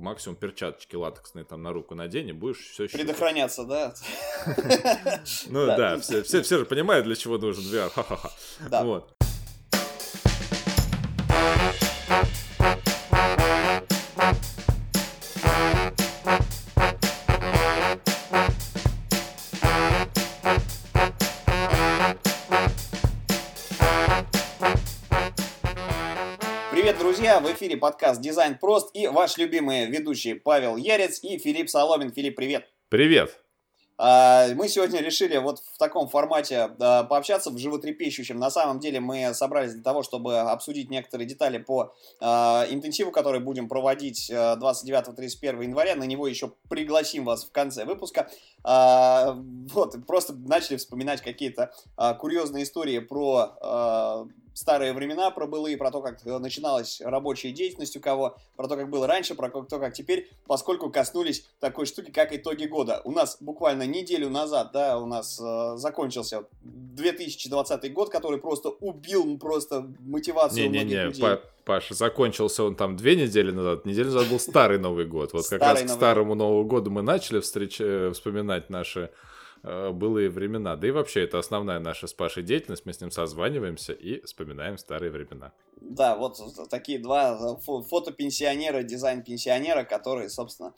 максимум перчаточки латексные там на руку надень, и будешь все щупать. Предохраняться, да? Ну да, все же понимают, для чего нужен VR, ха-ха-ха. Вот. Привет, друзья! В эфире подкаст «Дизайн прост» и ваш любимый ведущий Павел Ярец и Филипп Соломин. Филипп, привет! Привет! Мы сегодня решили вот в таком формате пообщаться, в животрепещущем. На самом деле мы собрались для того, чтобы обсудить некоторые детали по интенсиву, который будем проводить 29-31 января. На него еще пригласим вас в конце выпуска. Вот, просто начали вспоминать какие-то курьезные истории про старые времена, про былые, про то, как начиналась рабочая деятельность у кого, про то, как было раньше, про то, как теперь, поскольку коснулись такой штуки, как итоги года. У нас буквально неделю назад, да, у нас закончился 2020 год, который просто убил просто мотивацию многих людей. Паша, закончился он там 2 недели назад. Неделю назад был старый Новый год. Вот как раз к старому Новому году мы начали вспоминать наши былые времена. Да и вообще, это основная наша с Пашей деятельность. Мы с ним созваниваемся и вспоминаем старые времена. Да, вот такие два фотопенсионера, дизайн-пенсионера, которые, собственно,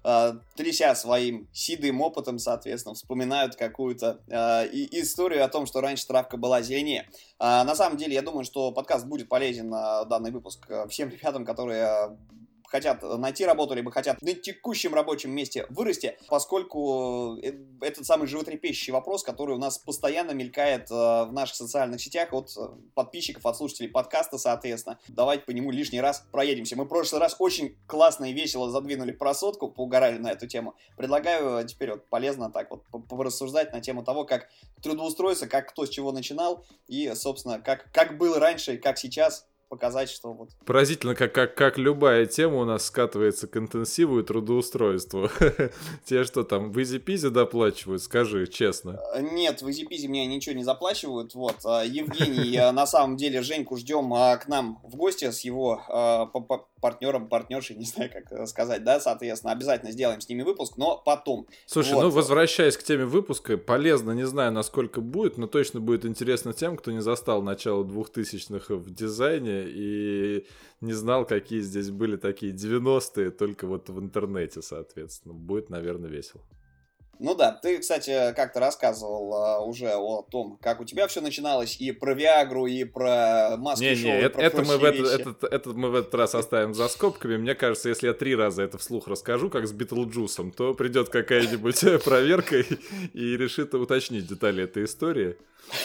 тряся своим седым опытом, соответственно, вспоминают какую-то историю о том, что раньше травка была зеленее. На самом деле, я думаю, что подкаст будет полезен, данный выпуск, всем ребятам, которые хотят найти работу, либо хотят на текущем рабочем месте вырасти, поскольку этот самый животрепещущий вопрос, который у нас постоянно мелькает в наших социальных сетях от подписчиков, от слушателей подкаста, соответственно. Давайте по нему лишний раз проедемся. Мы в прошлый раз очень классно и весело задвинули про сотку, поугарали на эту тему. Предлагаю теперь вот полезно так вот порассуждать на тему того, как трудоустроиться, как кто с чего начинал и, собственно, как было раньше и как сейчас. Показать, что вот... Поразительно, как любая тема у нас скатывается к интенсиву и трудоустройству. Тебе что там, в изи-пизи доплачивают? Скажи честно. Нет, в изи-пизи мне ничего не заплачивают. Вот, Евгений, на самом деле, Женьку ждем к нам в гости с его партнером, партнершей, не знаю, как сказать, да, соответственно, обязательно сделаем с ними выпуск, но потом. Слушай, вот. Ну, возвращаясь к теме выпуска, полезно, не знаю, насколько будет, но точно будет интересно тем, кто не застал начало 2000-х в дизайне и не знал, какие здесь были такие 90-е, только вот в интернете, соответственно. Будет, наверное, весело. Ну да, ты, кстати, как-то рассказывал уже о том, как у тебя все начиналось, и про Виагру, и про маски-шоу, и про это мы в этот раз оставим за скобками. Мне кажется, если я 3 раза это вслух расскажу, как с Битлджусом, то придет какая-нибудь проверка и решит уточнить детали этой истории.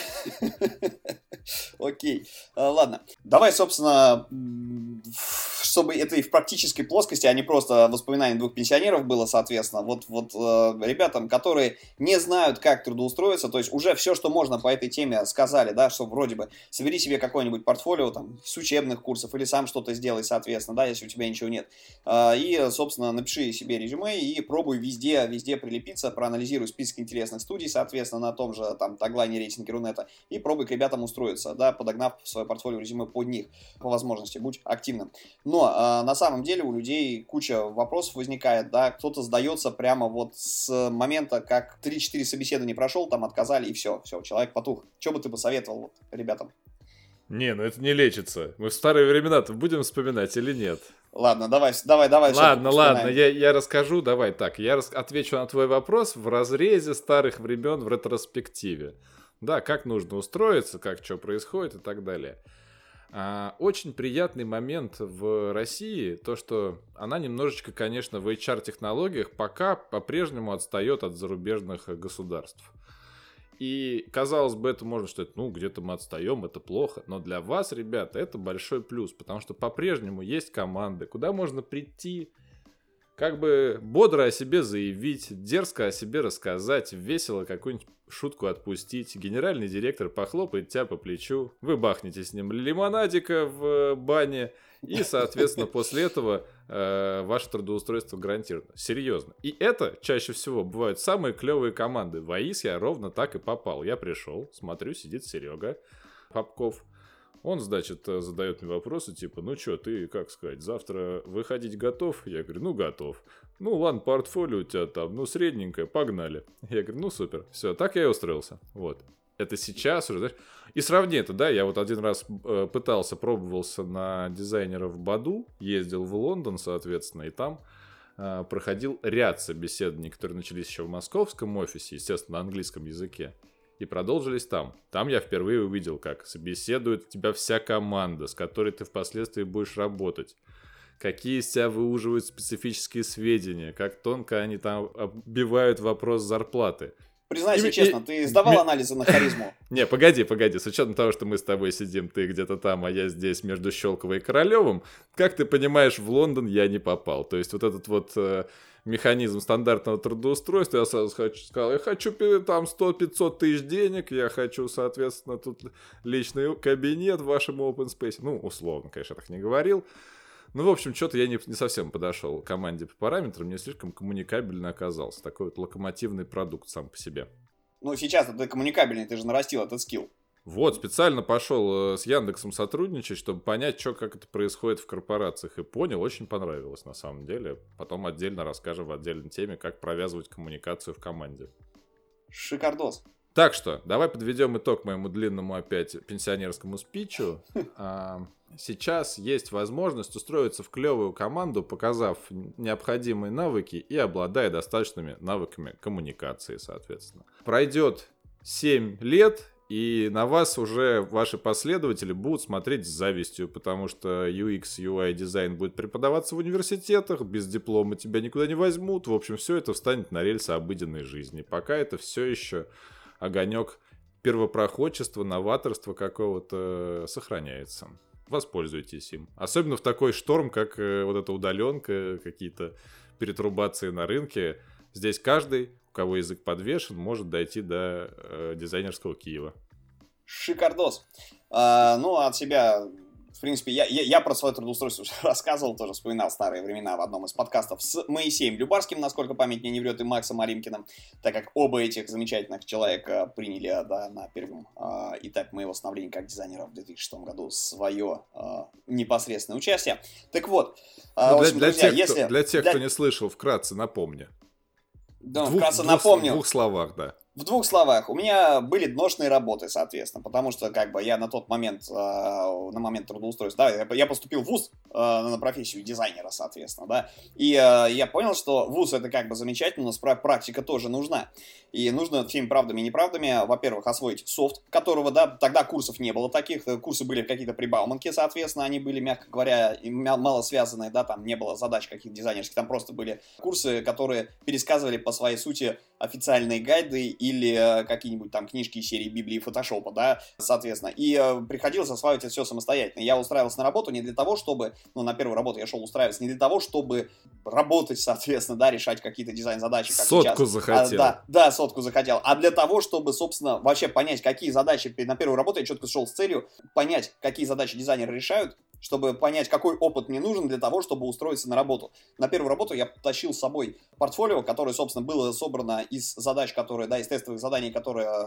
Окей, ладно. Давай, собственно, чтобы это и в практической плоскости, а не просто воспоминание двух пенсионеров было, соответственно, вот ребятам, которые не знают, как трудоустроиться, то есть уже все, что можно по этой теме сказали, да, что вроде бы собери себе какое-нибудь портфолио там с учебных курсов или сам что-то сделай, соответственно, да, если у тебя ничего нет. И, собственно, напиши себе резюме и пробуй везде прилепиться, проанализируй список интересных студий, соответственно, на том же там таглайне, рейтинге Рунета, и пробуй к ребятам устроиться, да, подогнав свое портфолио резюме под них по возможности, будь активным. Но на самом деле у людей куча вопросов возникает, да, кто-то сдается прямо вот с момента, как 3-4 собеседования прошел, там отказали, и все, человек потух. Что бы ты посоветовал вот ребятам? Не, ну это не лечится. Мы в старые времена-то будем вспоминать или нет? Ладно, давай. Ладно, я расскажу, давай так. Я отвечу на твой вопрос в разрезе старых времен в ретроспективе. Да, как нужно устроиться, как что происходит и так далее. Очень приятный момент в России, то, что она немножечко, конечно, в HR-технологиях пока по-прежнему отстает от зарубежных государств. И, казалось бы, это можно сказать, ну, где-то мы отстаем, это плохо. Но для вас, ребята, это большой плюс, потому что по-прежнему есть команды, куда можно прийти, как бы бодро о себе заявить, дерзко о себе рассказать, весело какую-нибудь шутку отпустить. Генеральный директор похлопает тебя по плечу, вы бахнете с ним лимонадика в бане, и, соответственно, после этого ваше трудоустройство гарантировано. Серьезно. И это чаще всего бывают самые клевые команды. В АИС я ровно так и попал. Я пришел, смотрю, сидит Серега Попков. Он, значит, задает мне вопросы, типа, ну что, ты, как сказать, завтра выходить готов? Я говорю, ну, готов. Ну, ладно, портфолио у тебя там, ну, средненькое, погнали. Я говорю, ну, супер. Все, так я и устроился. Вот. Это сейчас уже, знаешь. И сравни это, да, я вот один раз пробовался на дизайнера в Баду, ездил в Лондон, соответственно, и там проходил ряд собеседований, которые начались еще в московском офисе, естественно, на английском языке. И продолжились там. Там я впервые увидел, как собеседует тебя вся команда, с которой ты впоследствии будешь работать. Какие из тебя выуживают специфические сведения, как тонко они там оббивают вопрос зарплаты. Признайся честно, ты сдавал анализы на харизму? Не, погоди, с учетом того, что мы с тобой сидим, ты где-то там, а я здесь между Щелковой и Королевым, как ты понимаешь, в Лондон я не попал. То есть вот этот вот механизм стандартного трудоустройства, я сразу сказал, я хочу там 100-500 тысяч денег, я хочу, соответственно, тут личный кабинет в вашем open space. Ну, условно, конечно, я так не говорил. Ну, в общем, что-то я не совсем подошел к команде по параметрам, мне слишком коммуникабельно оказался. Такой вот локомотивный продукт сам по себе. Ну, сейчас ты коммуникабельный, ты же нарастил этот скилл. Вот, специально пошел с Яндексом сотрудничать, чтобы понять, как это происходит в корпорациях. И понял, очень понравилось на самом деле. Потом отдельно расскажем в отдельной теме, как провязывать коммуникацию в команде. Шикардос. Так что, давай подведем итог моему длинному опять пенсионерскому спичу. Сейчас есть возможность устроиться в клевую команду, показав необходимые навыки и обладая достаточными навыками коммуникации, соответственно. Пройдет 7 лет, и на вас уже ваши последователи будут смотреть с завистью, потому что UX, UI дизайн будет преподаваться в университетах, без диплома тебя никуда не возьмут. В общем, все это встанет на рельсы обыденной жизни. Пока это все еще огонек первопроходчества, новаторства какого-то сохраняется. Воспользуйтесь им. Особенно в такой шторм, как вот эта удаленка, какие-то перетрубации на рынке. Здесь каждый, у кого язык подвешен, может дойти до дизайнерского Киева. Шикардос. Ну, от себя, в принципе, я про свое трудоустройство уже рассказывал, тоже вспоминал старые времена в одном из подкастов с Моисеем Любарским, насколько память мне не врет, и Максом Аримкиным, так как оба этих замечательных человека приняли на первом этапе моего становления как дизайнера в 2006 году свое непосредственное участие. Так вот, для тех, кто не слышал, вкратце напомни. Да, вкратце напомню. В двух словах, да. В двух словах, у меня были дошные работы, соответственно, потому что, я на тот момент, на момент трудоустройства, да, я поступил в ВУЗ на профессию дизайнера, соответственно, да, и я понял, что ВУЗ это замечательно, но практика тоже нужна, и нужно всеми правдами и неправдами, во-первых, освоить софт, которого, да, тогда курсов не было таких, курсы были какие-то при Бауманке, соответственно, они были, мягко говоря, мало связанные, да, там не было задач каких-то дизайнерских, там просто были курсы, которые пересказывали по своей сути официальные гайды или какие-нибудь там книжки из серии Библии и Фотошопа, да, соответственно. И приходилось осваивать это все самостоятельно. Я устраивался на работу не для того, чтобы, на первую работу я шел устраиваться не для того, чтобы работать, соответственно, да, решать какие-то дизайн-задачи, как сотку сейчас. Захотел. Да, сотку захотел. А для того, чтобы, собственно, вообще понять, какие задачи на первую работу я четко шел с целью понять, какие задачи дизайнеры решают, чтобы понять, какой опыт мне нужен для того, чтобы устроиться на работу. На первую работу я тащил с собой портфолио, которое, собственно, было собрано из задач, которые, да, из тестовых заданий, которые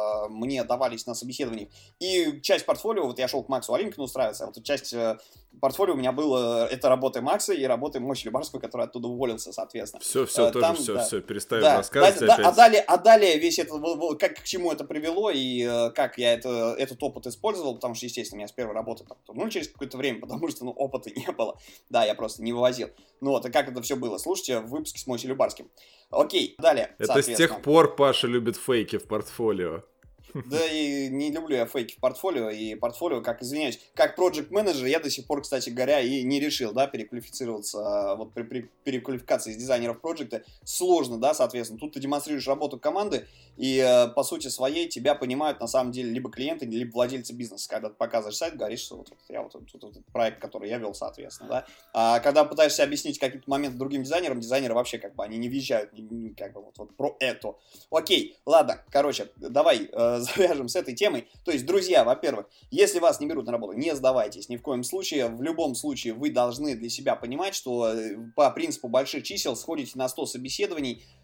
мне давались на собеседованиях. И часть портфолио, вот я шел к Максу Аримкину устраиваться, вот часть портфолио у меня было, это работы Макса и работы Мойши Любарского, который оттуда уволился, соответственно. Все, перестаем рассказывать опять. А далее весь это, к чему это привело и как я этот опыт использовал, потому что, естественно, у меня с первой работы через какое-то время, потому что, опыта не было. Да, я просто не вывозил. Ну вот, и как это все было? Слушайте в выпуске с Мойшей Любарским. Окей, далее. Это с тех пор Паша любит фейки в портфолио. Да и не люблю я фейки в портфолио, и портфолио, как проект менеджер я до сих пор, кстати говоря, и не решил, да, переквалифицироваться, вот при переквалификации из дизайнера в проекта сложно, да, соответственно, тут ты демонстрируешь работу команды, и по сути своей тебя понимают на самом деле либо клиенты, либо владельцы бизнеса, когда ты показываешь сайт, говоришь, что вот проект, который я вел, соответственно, да, а когда пытаешься объяснить какие-то моменты другим дизайнерам, дизайнеры вообще они не въезжают, вот про это. Окей, ладно, короче, давай завяжем с этой темой. То есть, друзья, во-первых, если вас не берут на работу, не сдавайтесь ни в коем случае. В любом случае вы должны для себя понимать, что по принципу больших чисел сходите на 100 собеседований,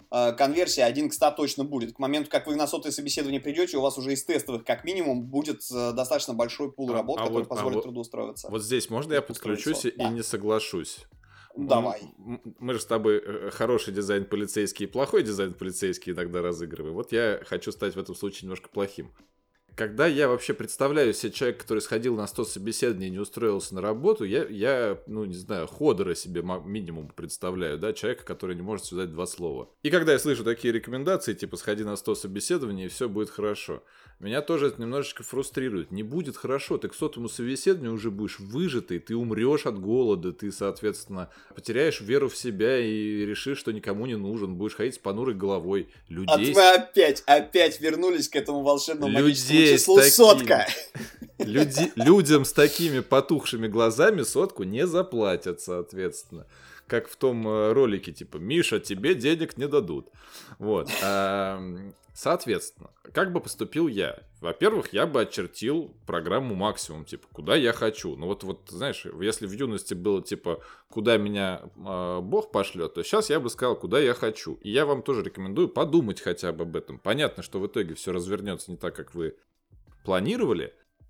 конверсия 1 к 100 точно будет. К моменту, как вы на сотое собеседование придете, у вас уже из тестовых, как минимум, будет достаточно большой пул работ, который позволит трудоустроиться. Вот здесь можно я подключусь и не соглашусь? Давай. Мы же с тобой хороший дизайн полицейский и плохой дизайн полицейский иногда разыгрываем. Вот я хочу стать в этом случае немножко плохим. Когда я вообще представляю себе человека, который сходил на 100 собеседований и не устроился на работу, я ну, не знаю, ходора себе минимум представляю, да, человека, который не может связать два слова. И когда я слышу такие рекомендации, типа, сходи на 100 собеседований, и все будет хорошо, меня тоже это немножечко фрустрирует. Не будет хорошо, ты к 100-му собеседованию уже будешь выжатый, ты умрешь от голода, ты, соответственно, потеряешь веру в себя и решишь, что никому не нужен, будешь ходить с понурой головой. Людей... мы опять вернулись к этому волшебному магическому числу сотка. Людям с такими потухшими глазами сотку не заплатят, соответственно. Как в том ролике, типа, Миша, тебе денег не дадут. Вот. Соответственно, как бы поступил я? Во-первых, я бы очертил программу максимум, типа, куда я хочу. Ну вот, знаешь, если в юности было, типа, куда меня Бог пошлет, то сейчас я бы сказал, куда я хочу. И я вам тоже рекомендую подумать хотя бы об этом. Понятно, что в итоге все развернется не так, как вы планировали,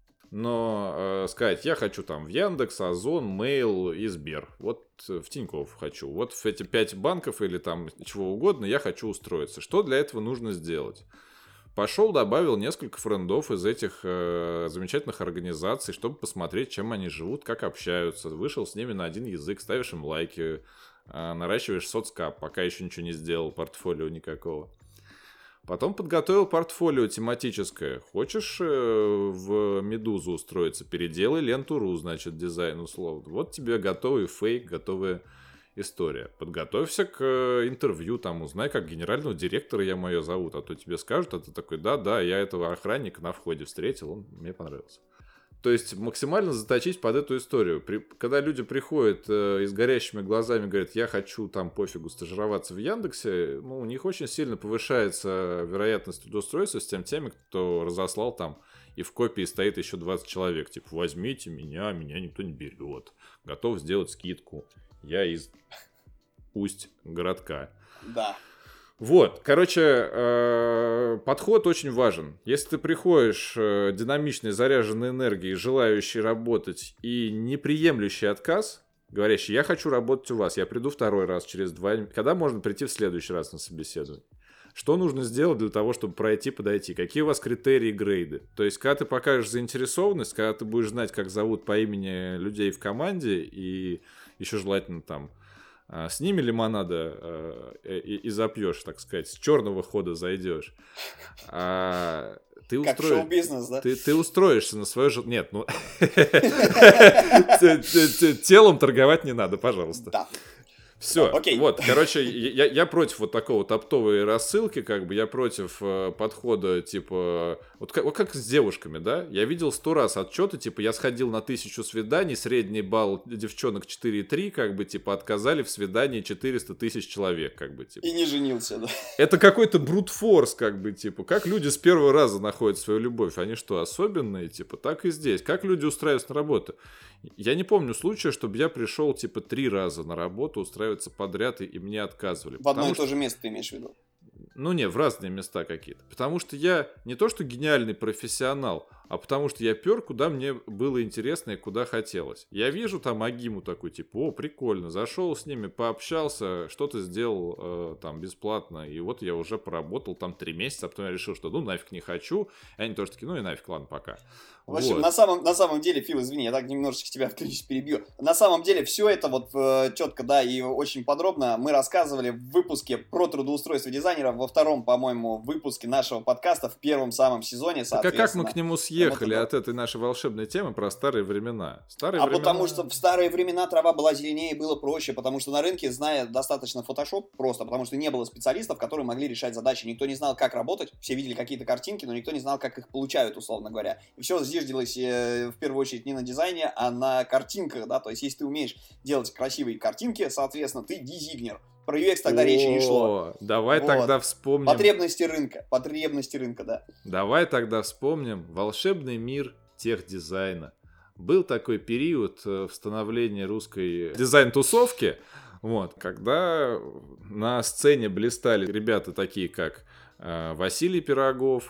но сказать, я хочу там в Яндекс, Озон, Mail и Сбер. Вот в Тинькофф хочу. Вот в эти 5 банков или там чего угодно я хочу устроиться. Что для этого нужно сделать? Пошел, добавил несколько френдов из этих замечательных организаций, чтобы посмотреть, чем они живут, как общаются. Вышел с ними на один язык, ставишь им лайки, наращиваешь соцкап, пока еще ничего не сделал, портфолио никакого. Потом подготовил портфолио тематическое. Хочешь в Медузу устроиться? Переделай ленту.ру, значит, дизайн условно. Вот тебе готовый фейк, готовая история. Подготовься к интервью, там, узнай, как генерального директора мое зовут. А то тебе скажут, а ты такой, да, я этого охранника на входе встретил, он мне понравился. То есть максимально заточить под эту историю. Когда люди приходят и с горящими глазами говорят, я хочу там пофигу стажироваться в Яндексе, ну, у них очень сильно повышается вероятность трудоустройства с теми, кто разослал там, и в копии стоит еще 20 человек. Типа, возьмите меня никто не берет. Готов сделать скидку. Я из Усть-городка. Да. Вот, короче, подход очень важен. Если ты приходишь динамичный, заряженный энергией, желающий работать и не приемлющий отказ, говорящий, я хочу работать у вас, я приду второй раз через 2 дня. Когда можно прийти в следующий раз на собеседование? Что нужно сделать для того, чтобы подойти? Какие у вас критерии, грейды? То есть, когда ты покажешь заинтересованность, когда ты будешь знать, как зовут по имени людей в команде, и еще желательно там с ними лимонада и запьешь, так сказать, с черного хода зайдешь. Ты как шоу-бизнес, да? Ты устроишься на свое... Нет, ну... Телом торговать не надо, пожалуйста. Да. Все, вот, короче, я против вот такого топтовой рассылки, как бы, я против подхода, типа, вот как с девушками, да, я видел 100 раз отчеты, типа, я сходил на 1000 свиданий, средний балл девчонок 4,3, как бы, типа, отказали в свидании 400 тысяч человек, как бы, типа. И не женился, да. Это какой-то брутфорс, как бы, типа, как люди с первого раза находят свою любовь, они что, особенные, типа, так и здесь, как люди устраиваются на работу. Я не помню случая, чтобы я пришел, типа, 3 раза на работу устраиваться подряд, и мне отказывали. В одно и то же место ты имеешь в виду? Ну, не, в разные места какие-то. Потому что я не то, что гениальный профессионал, а потому что я пер, куда мне было интересно и куда хотелось. Я вижу там Агиму такой, типа, о, прикольно, зашел с ними, пообщался, что-то сделал там бесплатно, и вот я уже поработал там 3 месяца, а потом я решил, что ну нафиг не хочу, и они тоже такие, ну и нафиг, ладно, пока. В общем, вот. на самом деле, Фил, извини, я так немножечко тебя перебью. На самом деле, все это вот четко, да, и очень подробно мы рассказывали в выпуске про трудоустройство дизайнера, во втором, по-моему, выпуске нашего подкаста, в первом самом сезоне, соответственно. Так а как мы к нему съехали от этой нашей волшебной темы про старые времена? Потому что в старые времена трава была зеленее и было проще, потому что на рынке, зная достаточно Photoshop, просто потому что не было специалистов, которые могли решать задачи. Никто не знал, как работать, все видели какие-то картинки, но никто не знал, как их получают, условно говоря. И все зиждилось в первую очередь не на дизайне, а на картинках, да, то есть если ты умеешь делать красивые картинки, соответственно, ты дизайнер. Про UX тогда речи не шло. Давай вот. Тогда вспомним. Потребности рынка, да. Давай тогда вспомним волшебный мир техдизайна. Был такой период в становлении русской дизайн-тусовки, Вот, когда на сцене блистали ребята такие, как Василий Пирогов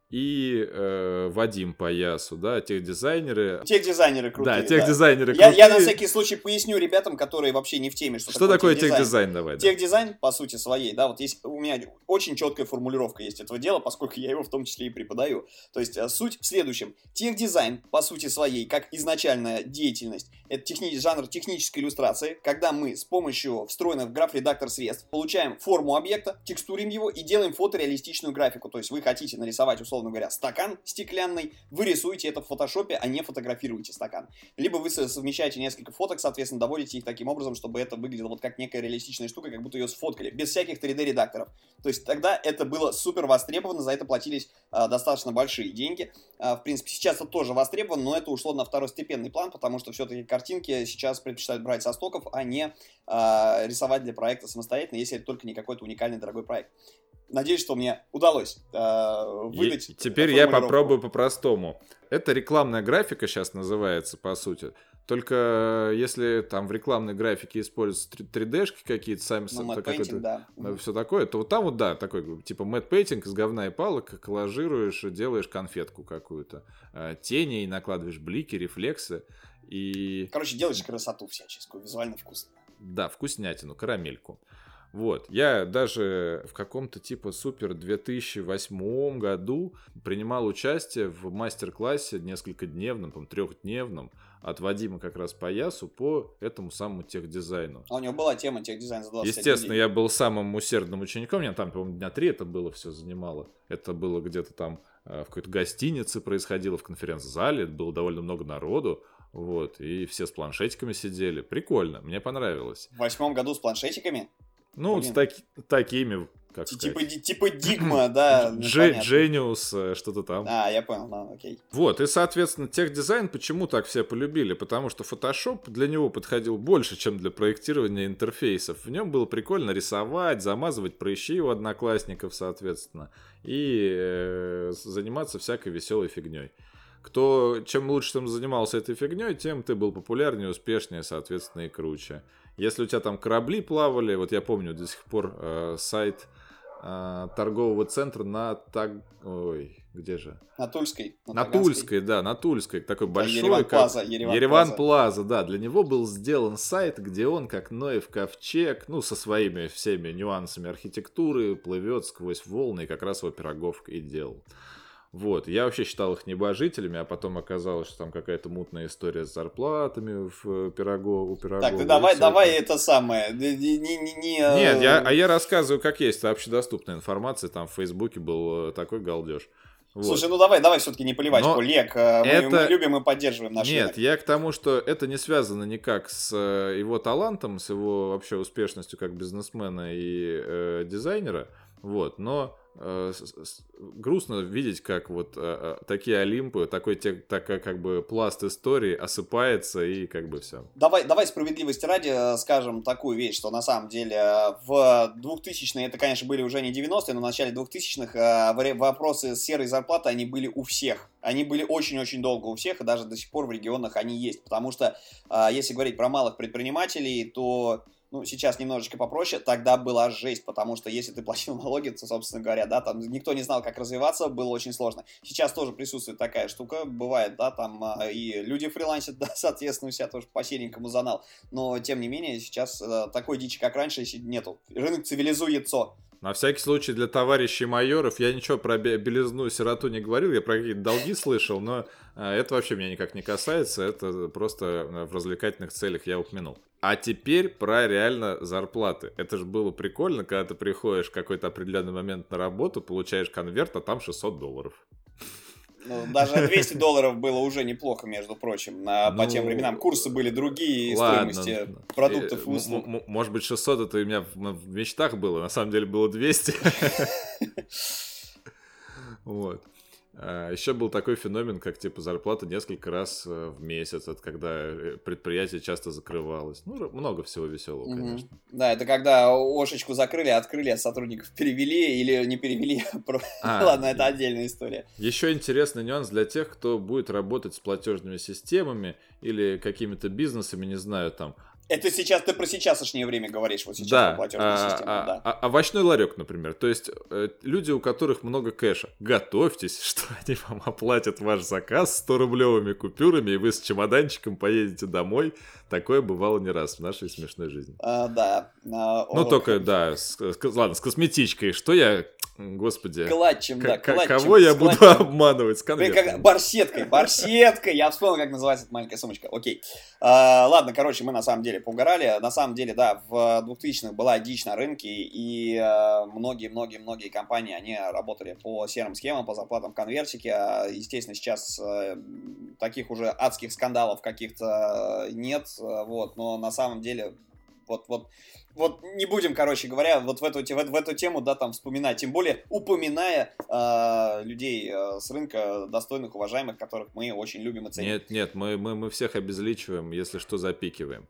и Вадим Поясу, да, техдизайнеры. Техдизайнеры крутые. Да, техдизайнеры крутые. Я крутые. на всякий случай поясню ребятам, которые вообще не в теме, что такое техдизайн, давай. Техдизайн, по сути своей, да, вот есть у меня очень четкая формулировка есть этого дела, поскольку я его в том числе и преподаю. То есть суть в следующем. Техдизайн, по сути своей, как изначальная деятельность, это жанр технической иллюстрации, когда мы с помощью встроенных в граф-редактор средств получаем форму объекта, текстурим его и делаем фотореалистичную графику. То есть вы хотите нарисовать, условно говоря, стакан стеклянный, вы рисуете это в фотошопе, а не фотографируете стакан. Либо вы совмещаете несколько фоток, соответственно, доводите их таким образом, чтобы это выглядело вот как некая реалистичная штука, как будто ее сфоткали, без всяких 3D-редакторов. То есть тогда это было супер востребовано, за это платились достаточно большие деньги. В принципе, сейчас это тоже востребовано, но это ушло на второстепенный план, потому что все-таки картинки сейчас предпочитают брать со стоков, а не рисовать для проекта самостоятельно, если это только не какой-то уникальный дорогой проект. Надеюсь, что мне удалось выдать. Теперь я попробую по-простому. Это рекламная графика сейчас называется, по сути. Только если там в рекламной графике используются 3D-шки какие-то, сами да. Все такое, то вот там вот, да, такой типа мэтт-пейтинг из говна и палок, коллажируешь, делаешь конфетку какую-то. Тени, накладываешь блики, рефлексы. И... Короче, делаешь красоту всяческую, визуально вкусно. Да, вкуснятину, карамельку. Вот, я даже в каком-то типа супер 2008 году принимал участие в мастер-классе несколькодневном, по-моему, 3-дневном от Вадима как раз Поясу по этому самому техдизайну. А у него была тема техдизайн за 20 Естественно, я был самым усердным учеником, меня там, по-моему, дня 3 это было все занимало. Это было где-то там в какой-то гостинице происходило, в конференц-зале, было довольно много народу. Вот, и все с планшетиками сидели. Прикольно, мне понравилось. В 2008 году с планшетиками? Ну, с такими, как сказать. Типа Дигма, да. Genius, что-то там. Я понял, окей. Вот, и, соответственно, техдизайн почему так все полюбили? Потому что Photoshop для него подходил больше, чем для проектирования интерфейсов. В нем было прикольно рисовать, замазывать прыщи у одноклассников, соответственно, и заниматься всякой веселой фигней. Чем лучше ты занимался этой фигней, тем ты был популярнее, успешнее, соответственно, и круче. Если у тебя там корабли плавали, вот я помню до сих пор сайт торгового центра на где же? На Тульской. На Тульской, да, на Тульской. Такой большой. Ереван Плаза, да. Для него был сделан сайт, где он, как Ноев ковчег, со своими всеми нюансами архитектуры, плывет сквозь волны, и как раз его Пирогов и делал. Вот, я вообще считал их небожителями, а потом оказалось, что там какая-то мутная история с зарплатами у Пирогова. Так, ты давай это самое. Нет, я рассказываю как есть, это общедоступная информация, там в Фейсбуке был такой галдеж. Вот. Слушай, давай все-таки не поливать Олег. Мы любим и поддерживаем наш рынок. Нет, я к тому, что это не связано никак с его талантом, с его вообще успешностью как бизнесмена и дизайнера. Вот, но грустно видеть, как вот такие Олимпы, такой как бы пласт истории осыпается и как бы все. Давай справедливости ради скажем такую вещь, что на самом деле в 2000-е, это, конечно, были уже не 90-е, но в начале 2000-х вопросы с серой зарплаты, они были у всех. Они были очень-очень долго у всех, и даже до сих пор в регионах они есть. Потому что, если говорить про малых предпринимателей, то... сейчас немножечко попроще, тогда была жесть, потому что если ты платил налоги, то, собственно говоря, да, там никто не знал, как развиваться, было очень сложно. Сейчас тоже присутствует такая штука, бывает, да, там и люди фрилансят, да, соответственно, у себя тоже по-серенькому занал, но, тем не менее, сейчас такой дичи, как раньше, нету. Рынок цивилизуется. На всякий случай для товарищей майоров, я ничего про белизну, сироту не говорил, я про какие-то долги слышал, но это вообще меня никак не касается, это просто в развлекательных целях я упомянул. А теперь про реально зарплаты. Это же было прикольно, когда ты приходишь в какой-то определенный момент на работу, получаешь конверт, а там $600. Даже $200 было уже неплохо, между прочим, по тем временам. Курсы были другие, и стоимости продуктов и услуг. Может быть, 600 это у меня в мечтах было, на самом деле было 200. Вот. Еще был такой феномен, как типа зарплата несколько раз в месяц. Это когда предприятие часто закрывалось. Много всего веселого, конечно. Да, это когда ошечку закрыли, открыли, а сотрудников перевели или не перевели. Ладно, это отдельная история. Еще интересный нюанс для тех, кто будет работать с платежными системами или какими-то бизнесами, не знаю, там. Это сейчас, ты про сейчасшнее время говоришь, вот сейчас Да, про платежную систему, да. овощной ларек, например. То есть люди, у которых много кэша, готовьтесь, что они вам оплатят ваш заказ 100-рублевыми купюрами, и вы с чемоданчиком поедете домой. Такое бывало не раз в нашей смешной жизни. Да. Ну, только, да, ладно, с косметичкой. Что я, господи... Клатчем, да, клатчем. Кого я буду обманывать? С конвертом. Барсеткой. Я вспомнил, как называется эта маленькая сумочка. Окей. Ладно, короче, мы на самом деле поугорали. На самом деле, да, в 2000-х была дичь на рынке, и многие компании, они работали по серым схемам, по зарплатам в конвертике. Естественно, сейчас таких уже адских скандалов каких-то нет, вот, но на самом деле вот не будем, короче говоря, вот в эту тему, да, там вспоминать, тем более упоминая людей с рынка, достойных, уважаемых, которых мы очень любим и ценим. Нет, мы всех обезличиваем, если что, запикиваем.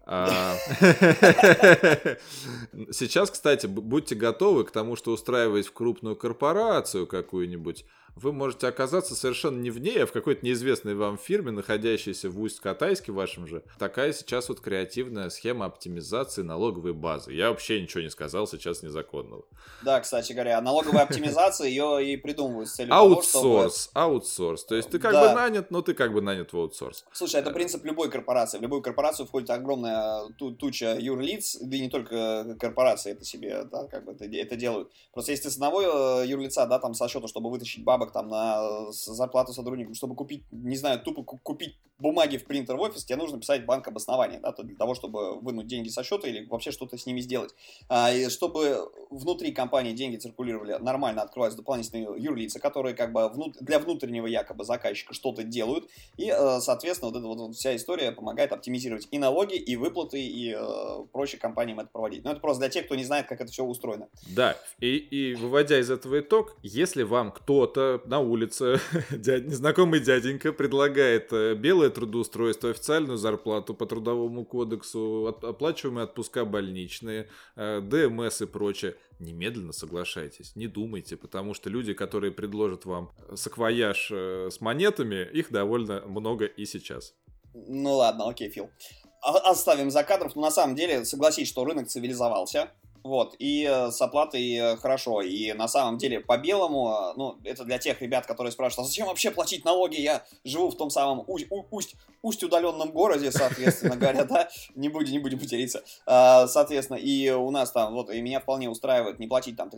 Сейчас, кстати, будьте готовы к тому, что устраиваясь в крупную корпорацию какую-нибудь, вы можете оказаться совершенно не в ней, а в какой-то неизвестной вам фирме, находящейся в Усть-Катайске вашем же. Такая сейчас вот креативная схема оптимизации налоговой базы. Я вообще ничего не сказал сейчас незаконного. Да, кстати говоря, налоговая оптимизация, ее и придумывают с целью того, чтобы... Аутсорс. То есть ты как бы нанят, но ты как бы нанят в аутсорс. Слушай, это принцип любой корпорации. В любую корпорацию входит огромная туча юрлиц, да и не только корпорации это себе, да, как бы это делают. Просто если ты с одного юрлица, да, там со счета, чтобы вытащить бабок там на зарплату сотрудникам, чтобы купить, не знаю, тупо купить бумаги в принтер в офис, тебе нужно писать банк обоснование, да, для того, чтобы вынуть деньги со счета или вообще что-то с ними сделать. И чтобы внутри компании деньги циркулировали нормально, открываются дополнительные юрлица, которые как бы для внутреннего якобы заказчика что-то делают, и, соответственно, вот эта вот вся история помогает оптимизировать и налоги, и выплаты, и проще компаниям это проводить. Но это просто для тех, кто не знает, как это все устроено. Да, и выводя из этого итог, если вам кто-то на улице, незнакомый дяденька, предлагает белое трудоустройство, официальную зарплату по трудовому кодексу, оплачиваемые отпуска больничные, ДМС и прочее, немедленно соглашайтесь, не думайте, потому что люди, которые предложат вам саквояж с монетами, их довольно много и сейчас. Ну ладно, окей, Фил. Оставим за кадров, но на самом деле согласись, что рынок цивилизовался. Вот, и с оплатой хорошо, и на самом деле по-белому, ну, это для тех ребят, которые спрашивают, а зачем вообще платить налоги, я живу в том самом усть удаленном городе, соответственно говоря, да, не будем материться, соответственно, и у нас там, вот, и меня вполне устраивает не платить там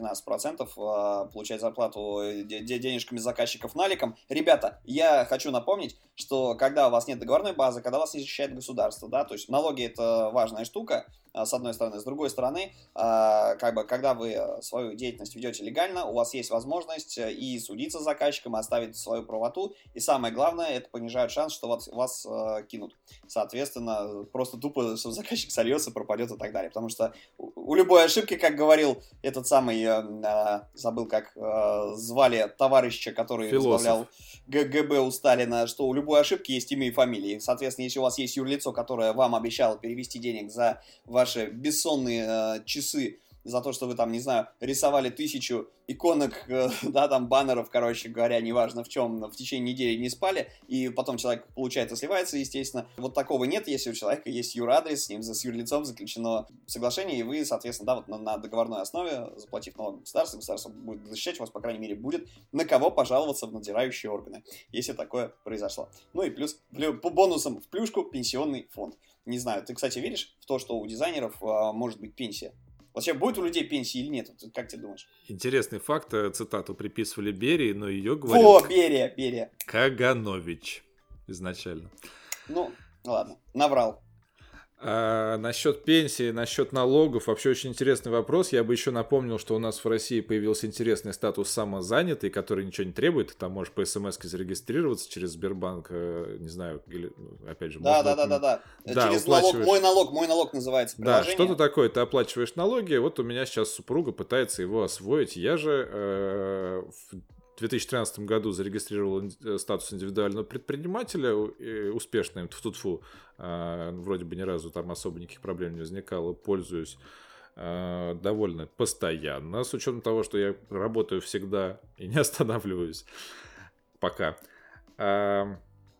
13%, получать зарплату денежками заказчиков наликом. Ребята, я хочу напомнить, что когда у вас нет договорной базы, когда вас не защищает государство, да, то есть налоги это важная штука, с одной стороны. С другой стороны, как бы, когда вы свою деятельность ведете легально, у вас есть возможность и судиться с заказчиком, и оставить свою правоту. И самое главное, это понижает шанс, что вас кинут. Соответственно, просто тупо, что заказчик сольется, пропадет и так далее. Потому что у любой ошибки, как говорил этот самый, забыл, как звали товарища, который возглавлял ГГБ у Сталина, что у любой ошибки есть имя и фамилия. И, соответственно, если у вас есть юрлицо, которое вам обещало перевести денег за ваши бессонные часы, за то, что вы там, не знаю, рисовали 1000 иконок, да, там, баннеров, короче говоря, неважно в чем, в течение недели не спали, и потом человек получает и сливается, естественно. Вот такого нет, если у человека есть юрадрес, с ним, с юрлицом заключено соглашение, и вы, соответственно, да, вот на договорной основе, заплатив налог государство будет защищать, у вас, по крайней мере, будет на кого пожаловаться в надзирающие органы, если такое произошло. Ну и плюс, по бонусам в плюшку, пенсионный фонд. Не знаю, ты, кстати, веришь в то, что у дизайнеров может быть пенсия? Вообще, будет у людей пенсии или нет? Как ты думаешь? Интересный факт. Цитату приписывали Берии, но ее говорил... Во, Берия. Каганович изначально. Ну, ладно, наврал. Насчет пенсии, насчет налогов, вообще очень интересный вопрос. Я бы еще напомнил, что у нас в России появился интересный статус самозанятый, который ничего не требует. Ты там можешь по смс-ке зарегистрироваться через Сбербанк, не знаю, или, опять же... Да. Через уплачиваешь... мой налог называется приложение. Да, что-то такое, ты оплачиваешь налоги, вот у меня сейчас супруга пытается его освоить. Я же в 2013 году зарегистрировал статус индивидуального предпринимателя, успешно, тьфу-тьфу, вроде бы ни разу там особо никаких проблем не возникало, пользуюсь довольно постоянно, с учетом того, что я работаю всегда и не останавливаюсь пока.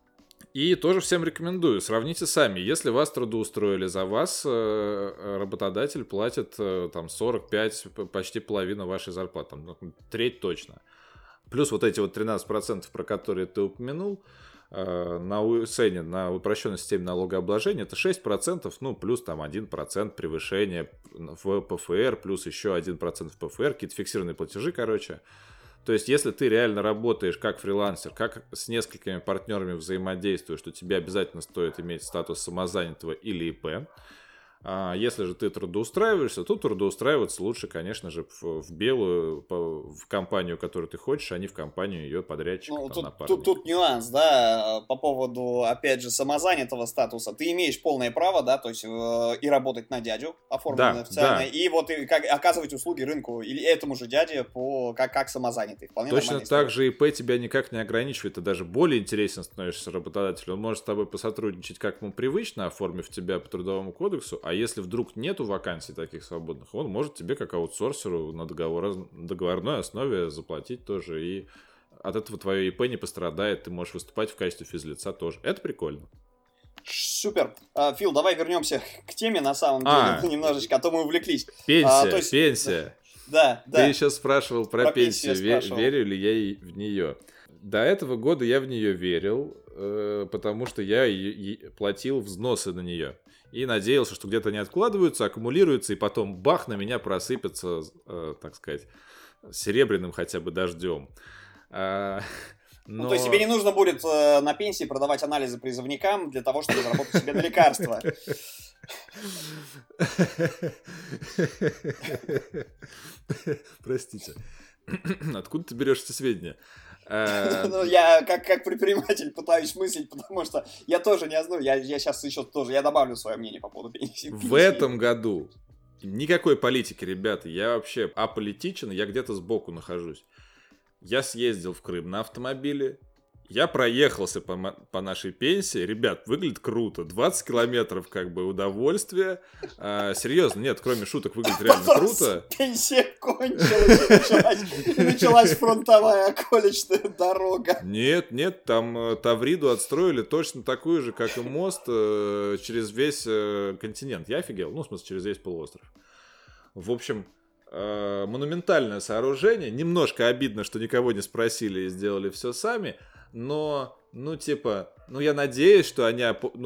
И тоже всем рекомендую, сравните сами. Если вас трудоустроили, за вас работодатель платит там 45, почти половину вашей зарплаты, там, треть точно. Плюс вот эти вот 13%, про которые ты упомянул, на УСН, на упрощенной системе налогообложения, это 6%, ну, плюс там 1% превышения в ПФР, плюс еще 1% в ПФР, какие-то фиксированные платежи, короче. То есть, если ты реально работаешь как фрилансер, как с несколькими партнерами взаимодействуешь, то тебе обязательно стоит иметь статус самозанятого или ИП. А если же ты трудоустраиваешься, то трудоустраиваться лучше, конечно же, в белую, в компанию, которую ты хочешь, а не в компанию ее подрядчика. Ну, тут нюанс, да, по поводу, опять же, самозанятого статуса. Ты имеешь полное право, да, то есть и работать на дядю, оформленно официально, и вот и оказывать услуги рынку или этому же дяде как самозанятый. Вполне точно так же ИП тебя никак не ограничивает, ты даже более интересен становишься работодателю. Он может с тобой посотрудничать, как ему привычно, оформив тебя по трудовому кодексу, а если вдруг нету вакансий таких свободных, он может тебе как аутсорсеру на договорной основе заплатить тоже, и от этого твое ИП не пострадает, ты можешь выступать в качестве физлица тоже. Это прикольно. Супер. Фил, давай вернемся к теме на самом деле немножечко, а то мы увлеклись. Пенсия. Да. Ты еще спрашивал про пенсию, верю ли я в нее. До этого года я в нее верил, потому что я платил взносы на нее. И надеялся, что где-то они откладываются, аккумулируются, и потом бах, на меня просыпется, так сказать, серебряным хотя бы дождем. Но... Ну, то есть тебе не нужно будет на пенсии продавать анализы призывникам для того, чтобы заработать себе на лекарства. Простите. Откуда ты берешь эти сведения? Ну, я как предприниматель пытаюсь мыслить, потому что я тоже не знаю, я сейчас еще тоже, я добавлю свое мнение по поводу пенсии. В этом году никакой политики, ребята, я вообще аполитичен, я где-то сбоку нахожусь. Я съездил в Крым на автомобиле, я проехался по нашей пенсии, ребят, выглядит круто, 20 километров как бы удовольствия, серьезно, нет, кроме шуток, выглядит реально круто. Пенсия кончилась, и началась фронтовая околичная дорога. Нет, там Тавриду отстроили точно такую же, как и мост через весь континент, я офигел, ну, в смысле, через весь полуостров. В общем... монументальное сооружение. Немножко обидно, что никого не спросили и сделали все сами. Но, я надеюсь, что они,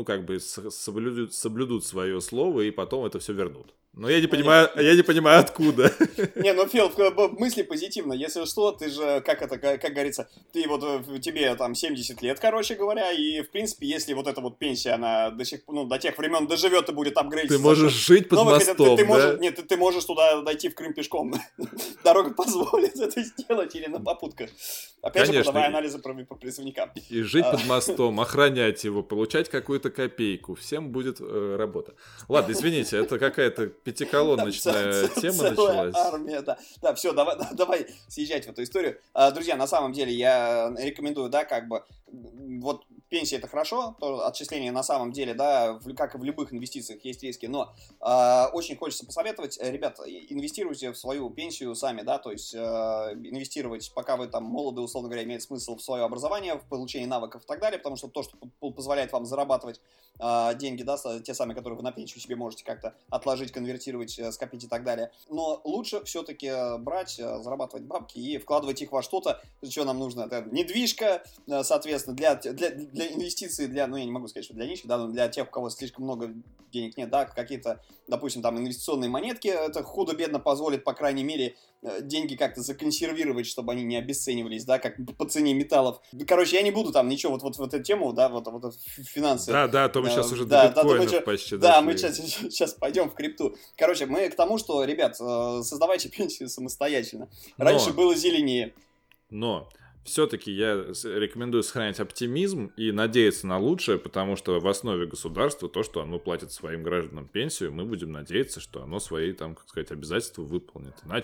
соблюдут свое слово и потом это все вернут. Но я не понимаю, откуда. Не, ну, Фил, мысли позитивно. Если что, ты же, как говорится, ты вот, тебе там 70 лет, короче говоря, и, в принципе, если вот эта вот пенсия, она до тех времен доживет и будет апгрейдиться. Ты можешь жить под мостом, да? Нет, ты можешь туда дойти в Крым пешком. Дорога позволит это сделать или на попутках. Опять же, подавая анализы по призывникам. И жить под мостом, охранять его, получать какую-то копейку. Всем будет работа. Ладно, извините, это какая-то пятиколоночная тема началась. Армия, да. Да, все, давай съезжать в эту историю. Друзья, на самом деле я рекомендую, да, как бы, вот пенсия это хорошо, то отчисление на самом деле, да, как и в любых инвестициях есть риски, но очень хочется посоветовать, ребят, инвестируйте в свою пенсию сами, да, то есть инвестировать, пока вы там молоды, условно говоря, имеет смысл в свое образование, в получение навыков и так далее, потому что то, что позволяет вам зарабатывать деньги, да, те самые, которые вы на пенсию себе можете как-то отложить, конвертировать, скопить и так далее. Но лучше все-таки брать, зарабатывать бабки и вкладывать их во что-то, что нам нужно. Это недвижка, соответственно, для инвестиций, ну, я не могу сказать, что для нищих, да, но для тех, у кого слишком много денег нет, да, какие-то, допустим, там, инвестиционные монетки, это худо-бедно позволит, по крайней мере, деньги как-то законсервировать, чтобы они не обесценивались, да, как по цене металлов. Короче, я не буду там ничего, вот эту тему, да, вот финансы. Да, то мы сейчас уже до биткоинов почти дошли. Да, мы сейчас пойдем в крипту. Короче, мы к тому, что, ребят, создавайте пенсию самостоятельно. Раньше было зеленее. Но все-таки я рекомендую сохранять оптимизм и надеяться на лучшее, потому что в основе государства то, что оно платит своим гражданам пенсию, мы будем надеяться, что оно свои, там, как сказать, обязательства выполнит. Иначе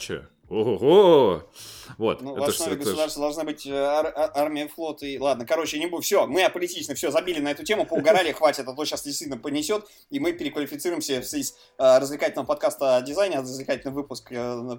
Ого! Вот. Ну, в основе государства должна быть армия, флот и... Ладно, короче, не буду. Все, мы аполитично, все, забили на эту тему, поугорали, хватит, а то сейчас действительно понесет, и мы переквалифицируемся из развлекательного подкаста о дизайне, развлекательный выпуск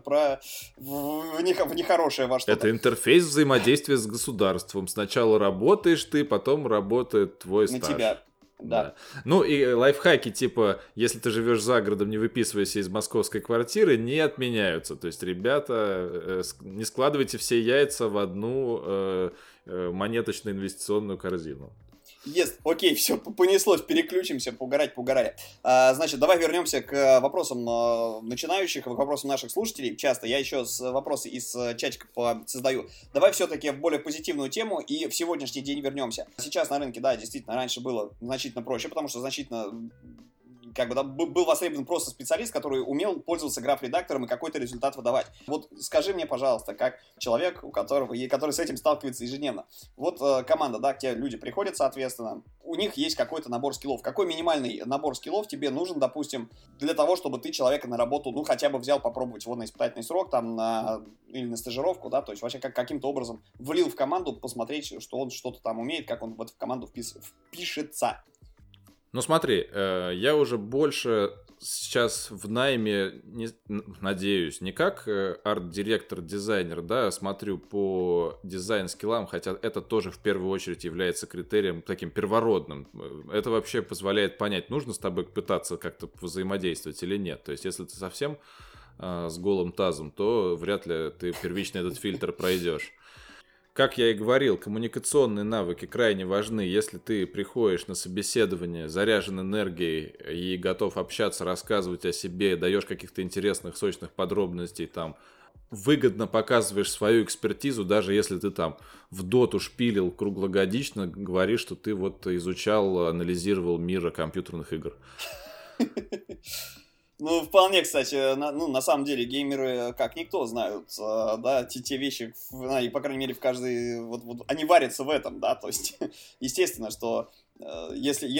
в нехорошее во что-то. Это интерфейс взаимодействия с государством. Сначала работаешь ты, потом работает твой стаж. На тебя. Да. Ну и лайфхаки, типа, если ты живешь за городом, не выписывайся из московской квартиры, не отменяются. То есть, ребята, не складывайте все яйца в одну монеточно-инвестиционную корзину. Окей, все, понеслось, переключимся, поугарали. Значит, давай вернемся к вопросам начинающих, к вопросам наших слушателей. Часто я еще вопросы из чатика создаю. Давай все-таки в более позитивную тему и в сегодняшний день вернемся. Сейчас на рынке, да, действительно, раньше было значительно проще, потому что значительно... Как бы, да, был востребован просто специалист, который умел пользоваться граф-редактором и какой-то результат выдавать. Вот скажи мне, пожалуйста, как человек, который с этим сталкивается ежедневно. Вот команда, да, к тебе люди приходят, соответственно, у них есть какой-то набор скиллов. Какой минимальный набор скиллов тебе нужен, допустим, для того, чтобы ты человека на работу, ну, хотя бы взял попробовать его на испытательный срок, там, или на стажировку, да, то есть вообще каким-то образом влил в команду, посмотреть, что он что-то там умеет, как он в команду впишется. Ну смотри, я уже больше сейчас в найме, надеюсь, не как арт-директор, дизайнер, да, смотрю по дизайн-скиллам, хотя это тоже в первую очередь является критерием таким первородным. Это вообще позволяет понять, нужно с тобой пытаться как-то взаимодействовать или нет. То есть если ты совсем с голым тазом, то вряд ли ты первично этот фильтр пройдешь. Как я и говорил, коммуникационные навыки крайне важны. Если ты приходишь на собеседование, заряжен энергией и готов общаться, рассказывать о себе, даешь каких-то интересных, сочных подробностей, там, выгодно показываешь свою экспертизу, даже если ты там в доту шпилил круглогодично, говоришь, что ты вот изучал, анализировал мир компьютерных игр. Ну, вполне, кстати, на самом деле геймеры как никто знают, да, те вещи, и, по крайней мере, в каждой, вот они варятся в этом, да, то есть, естественно, что если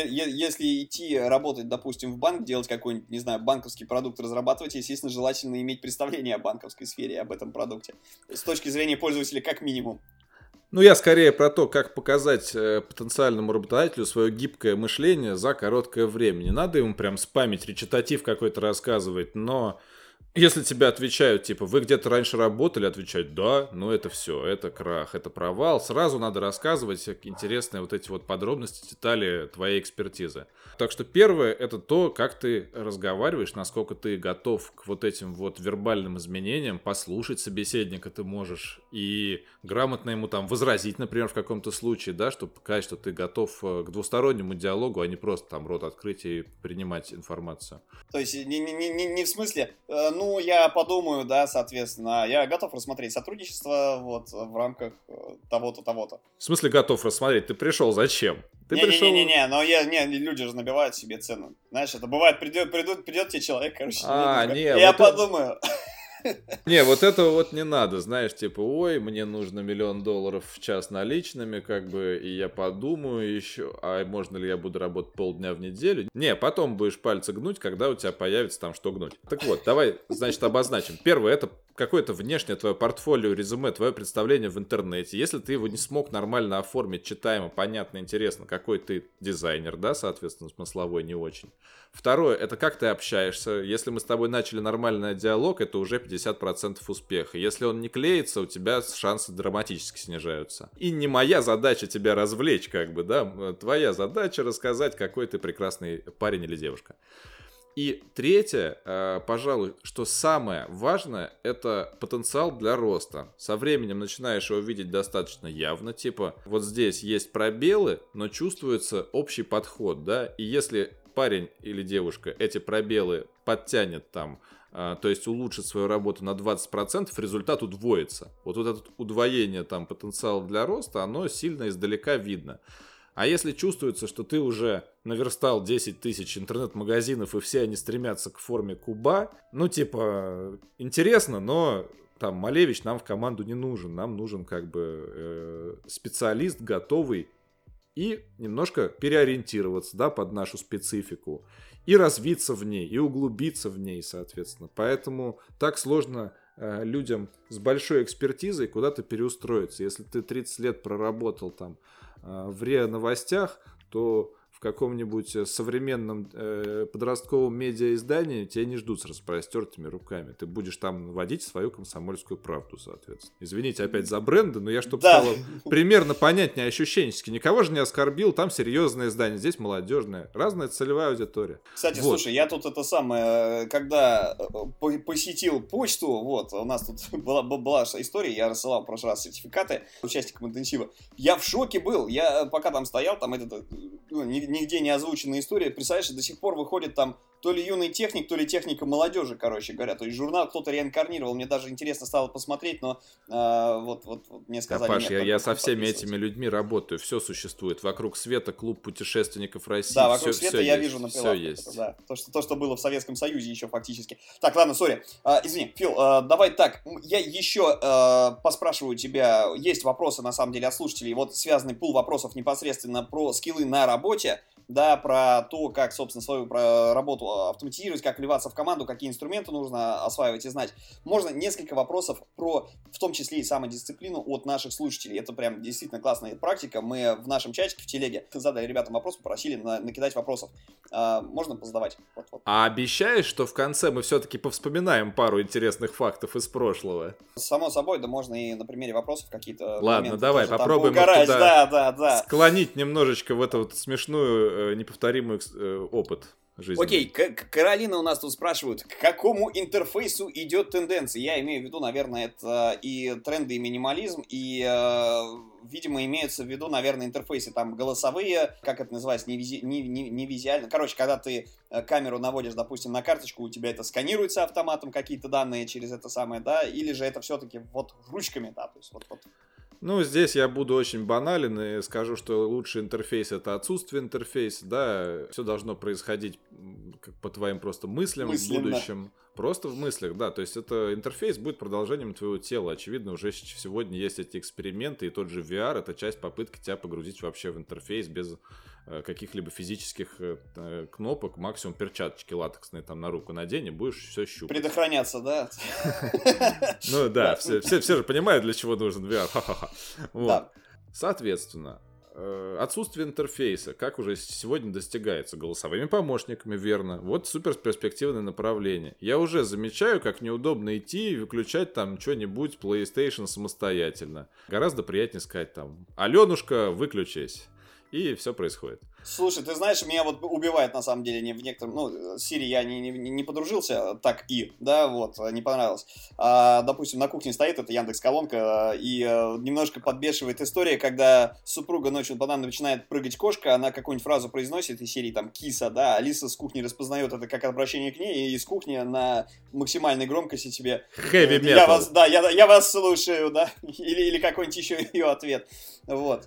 идти работать, допустим, в банк, делать какой-нибудь, не знаю, банковский продукт разрабатывать, естественно, желательно иметь представление о банковской сфере и об этом продукте, с точки зрения пользователя как минимум. Ну, я скорее про то, как показать потенциальному работодателю свое гибкое мышление за короткое время. Не надо ему прям спамить, речитатив какой-то рассказывать, но если тебя отвечают, типа, вы где-то раньше работали, отвечать, да, ну это все, это крах, это провал. Сразу надо рассказывать интересные вот эти вот подробности, детали твоей экспертизы. Так что первое, это то, как ты разговариваешь, насколько ты готов к вот этим вот вербальным изменениям, послушать собеседника ты можешь и грамотно ему там возразить, например, в каком-то случае, да, чтобы показать, что ты готов к двустороннему диалогу, а не просто там рот открыть и принимать информацию. То есть не в смысле, ну, я подумаю, да, соответственно, я готов рассмотреть сотрудничество вот в рамках того-то, того-то. В смысле готов рассмотреть? Ты пришел зачем? Не-не-не, но люди же набивают себе цену. Знаешь, это бывает, придет тебе человек, короче, я подумаю. Не, вот этого вот не надо, знаешь, типа, ой, мне нужно $1 миллион в час наличными, как бы, и я подумаю еще, а можно ли я буду работать полдня в неделю? Не, потом будешь пальцы гнуть, когда у тебя появится там что гнуть. Так вот, давай, значит, обозначим. Первое, это какое-то внешнее твое портфолио, резюме, твое представление в интернете. Если ты его не смог нормально оформить, читаемо, понятно, интересно, какой ты дизайнер, да, соответственно, смысловой не очень. Второе, это как ты общаешься. Если мы с тобой начали нормальный диалог, это уже 50% успеха. Если он не клеится, у тебя шансы драматически снижаются. И не моя задача тебя развлечь, как бы, да. Твоя задача рассказать, какой ты прекрасный парень или девушка. И третье, пожалуй, что самое важное, это потенциал для роста. Со временем начинаешь его видеть достаточно явно, типа вот здесь есть пробелы, но чувствуется общий подход, да, и если парень или девушка эти пробелы подтянет там, то есть улучшит свою работу на 20%, результат удвоится. Вот это удвоение там потенциала для роста, оно сильно издалека видно. А если чувствуется, что ты уже наверстал 10 тысяч интернет-магазинов, и все они стремятся к форме куба, ну, типа, интересно, но там Малевич нам в команду не нужен. Нам нужен как бы специалист, готовый, и немножко переориентироваться, да, под нашу специфику, и развиться в ней, и углубиться в ней, соответственно. Поэтому так сложно людям с большой экспертизой куда-то переустроиться. Если ты 30 лет проработал там в РИА Новостях, то в каком-нибудь современном подростковом медиаиздании тебя не ждут с распростертыми руками. Ты будешь там водить свою комсомольскую правду, соответственно. Извините опять за бренды, но я, чтобы стало примерно понятнее ощущенчески. Никого же не оскорбил, там серьезное издание, здесь молодежное. Разная целевая аудитория. Кстати, слушай, я тут когда посетил почту, вот, у нас тут была история, я рассылал в прошлый раз сертификаты участникам интенсива. Я в шоке был. Я пока там стоял, там нигде не озвученная история. Представляешь, до сих пор выходит там то ли юный техник, то ли техника молодежи, короче говоря. То есть журнал кто-то реинкарнировал. Мне даже интересно стало посмотреть, но вот мне сказали, Паш, я со всеми этими людьми работаю. Все существует. «Вокруг света», клуб путешественников России. Да, «Вокруг света» я вижу на прилавках. Все есть. Да. То, что было в Советском Союзе еще фактически. Так, ладно, сори. Извини, Фил, давай так. Я еще поспрашиваю тебя. Есть вопросы, на самом деле, от слушателей. Вот связанный пул вопросов непосредственно про скиллы на работе. Да, про то, как, собственно, свою работу автоматизировать, как вливаться в команду, какие инструменты нужно осваивать и знать. Можно несколько вопросов про, в том числе и самодисциплину от наших слушателей. Это прям действительно классная практика. Мы в нашем чатике, в телеге, задали ребятам вопрос, попросили накидать вопросов. Можно позадавать? Вот. А обещаешь, что в конце мы все-таки повспоминаем пару интересных фактов из прошлого? Само собой, да можно и на примере вопросов какие-то Ладно, давай попробуем да. склонить немножечко в эту вот смешную неповторимый опыт жизни. Окей, Каролина у нас тут спрашивают, к какому интерфейсу идет тенденция? Я имею в виду, наверное, это и тренды, и минимализм, и, видимо, имеются в виду, наверное, интерфейсы там голосовые, как это называется, не визуально. Короче, когда ты камеру наводишь, допустим, на карточку, у тебя это сканируется автоматом, какие-то данные через это самое, да, или же это все-таки вот ручками, да, то есть вот. Ну, здесь я буду очень банален и скажу, что лучший интерфейс — это отсутствие интерфейса, да, все должно происходить как по твоим просто мыслям в будущем. Просто в мыслях, да, то есть это интерфейс будет продолжением твоего тела. Очевидно, уже сегодня есть эти эксперименты, и тот же VR — это часть попытки тебя погрузить вообще в интерфейс без каких-либо физических кнопок, максимум перчаточки латексные там на руку надень, и будешь все щупать. Предохраняться, да? Ну да, все же понимают, для чего нужен VR. Вот. Соответственно, отсутствие интерфейса, как уже сегодня достигается голосовыми помощниками, верно. Вот супер перспективное направление. Я уже замечаю, как неудобно идти и выключать там что-нибудь PlayStation самостоятельно. Гораздо приятнее сказать там: «Аленушка, выключись». И все происходит. Слушай, ты знаешь, меня вот убивает на самом деле в некотором, с Сири я не подружился, так да, вот, не понравилось. Допустим, на кухне стоит эта Яндекс.Колонка, и немножко подбешивает история, когда супруга ночью начинает прыгать кошка, она какую-нибудь фразу произносит из серии там «киса», да, Алиса с кухни распознает это как обращение к ней, и из кухни на максимальной громкости тебе «Heavy metal». Я вас слушаю, да, или какой-нибудь еще ее ответ, вот.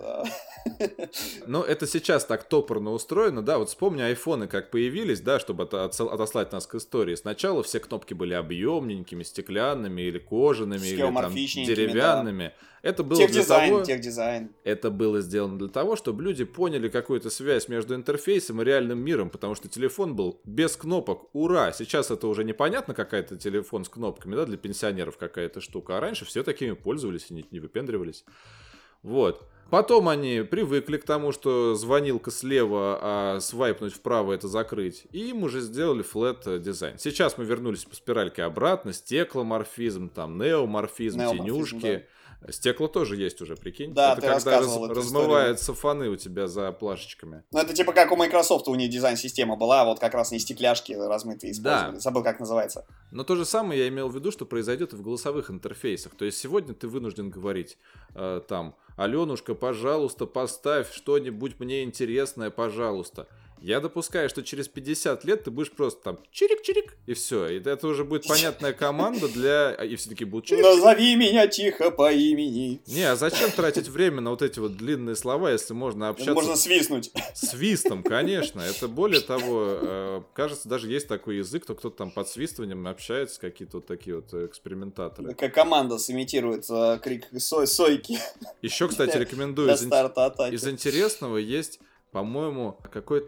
Ну, это сейчас так топорно устроено, да, вот вспомни айфоны, как появились, да, чтобы отослать нас к истории. Сначала все кнопки были объемненькими, стеклянными или кожаными, или там деревянными. Да. Это было Техдизайн. Это было сделано для того, чтобы люди поняли какую-то связь между интерфейсом и реальным миром, потому что телефон был без кнопок. Ура! Сейчас это уже непонятно, какая-то телефон с кнопками, да, для пенсионеров какая-то штука, а раньше все такими пользовались и не выпендривались. Вот. Потом они привыкли к тому, что звонилка слева, а свайпнуть вправо — это закрыть. И им уже сделали флэт дизайн. Сейчас мы вернулись по спиральке обратно. Стекломорфизм, там, неоморфизм, тенюшки. Да. Стекло тоже есть уже, прикинь. Да, это когда размываются фаны у тебя за плашечками. Ну, это типа как у Microsoft, у них дизайн-система была, вот как раз не стекляшки размытые использовали. Да. Забыл, как называется. Но то же самое я имел в виду, что произойдет и в голосовых интерфейсах. То есть сегодня ты вынужден говорить там: «Аленушка, пожалуйста, поставь что-нибудь мне интересное, пожалуйста». Я допускаю, что через 50 лет ты будешь просто там чирик-чирик, и все. И это уже будет понятная команда для... И все таки будут чирик-чирик. Назови меня тихо по имени. Не, а зачем тратить время на вот эти вот длинные слова, если можно общаться... Можно свистнуть. Свистом, конечно. Это более того, кажется, даже есть такой язык, кто-то там под свистыванием общается, какие-то вот такие вот экспериментаторы. Как команда сымитирует крик сойки. Еще, кстати, рекомендую из интересного есть... По-моему, какой-то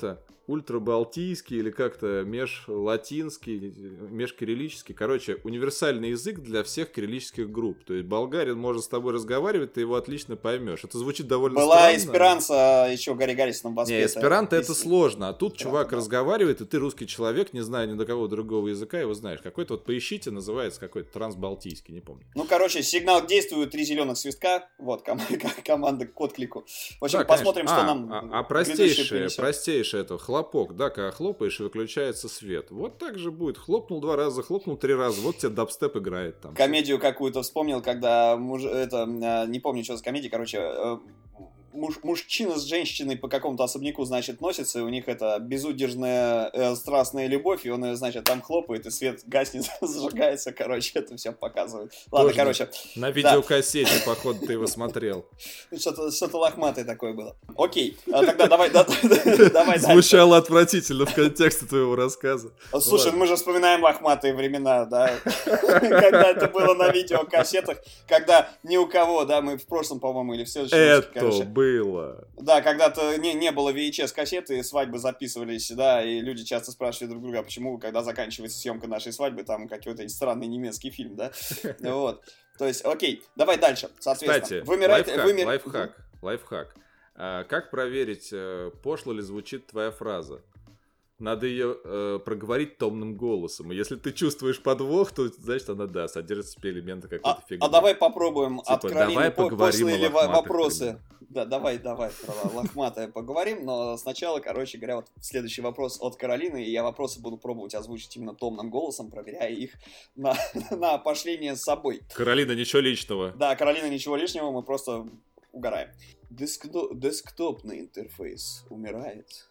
ультрабалтийский или как-то межлатинский, межкириллический. Короче, универсальный язык для всех кириллических групп. То есть болгарин может с тобой разговаривать, ты его отлично поймешь. Это звучит довольно странно. Была эсперанца еще Гарри Гаррисоном в Москве. Не, эсперанто это сложно, а тут чувак разговаривает, и ты русский человек, не зная ни до какого другого языка, его знаешь. Какой-то вот поищите, называется какой-то трансбалтийский, не помню. Ну, короче, сигнал к действию, 3 зеленых свистка. Вот, команда к отклику. В общем, да, посмотрим, что нам простейшее это хлопок, да, когда хлопаешь и выключается свет. Вот так же будет. Хлопнул 2 раза, хлопнул 3 раза, вот тебе дабстеп играет там. Комедию какую-то вспомнил, когда не помню, что за комедия, короче, мужчина с женщиной по какому-то особняку, значит, носится, и у них это безудержная страстная любовь, и он, значит, там хлопает, и свет гаснет, зажигается, короче, это все показывает. Ладно, тоже короче. На видеокассете, походу, ты его смотрел. Что-то лохматое такое было. Окей, тогда давай дальше. Звучало отвратительно в контексте твоего рассказа. Слушай, мы же вспоминаем лохматые времена, да, когда это было на видеокассетах, когда ни у кого, да, мы в прошлом, по-моему, или в следующем, короче. Было. Да, когда-то не было VHS-кассеты, свадьбы записывались, да, и люди часто спрашивали друг друга, почему, когда заканчивается съемка нашей свадьбы, там какой-то странный немецкий фильм, да, вот. То есть, окей, давай дальше, соответственно. Кстати, лайфхак. Как проверить, пошло ли звучит твоя фраза? Надо ее проговорить томным голосом. И если ты чувствуешь подвох, то, значит, она, да, содержит в себе элементы какой-то фигни. А давай попробуем типа, от Каролины пошлые вопросы. Примерно. Да, давай, про лохматое поговорим, но сначала, короче говоря, вот следующий вопрос от Каролины, и я вопросы буду пробовать озвучить именно томным голосом, проверяя их на опошление с собой. Каролина, ничего личного. Да, Каролина, ничего лишнего, мы просто угораем. Десктопный интерфейс умирает.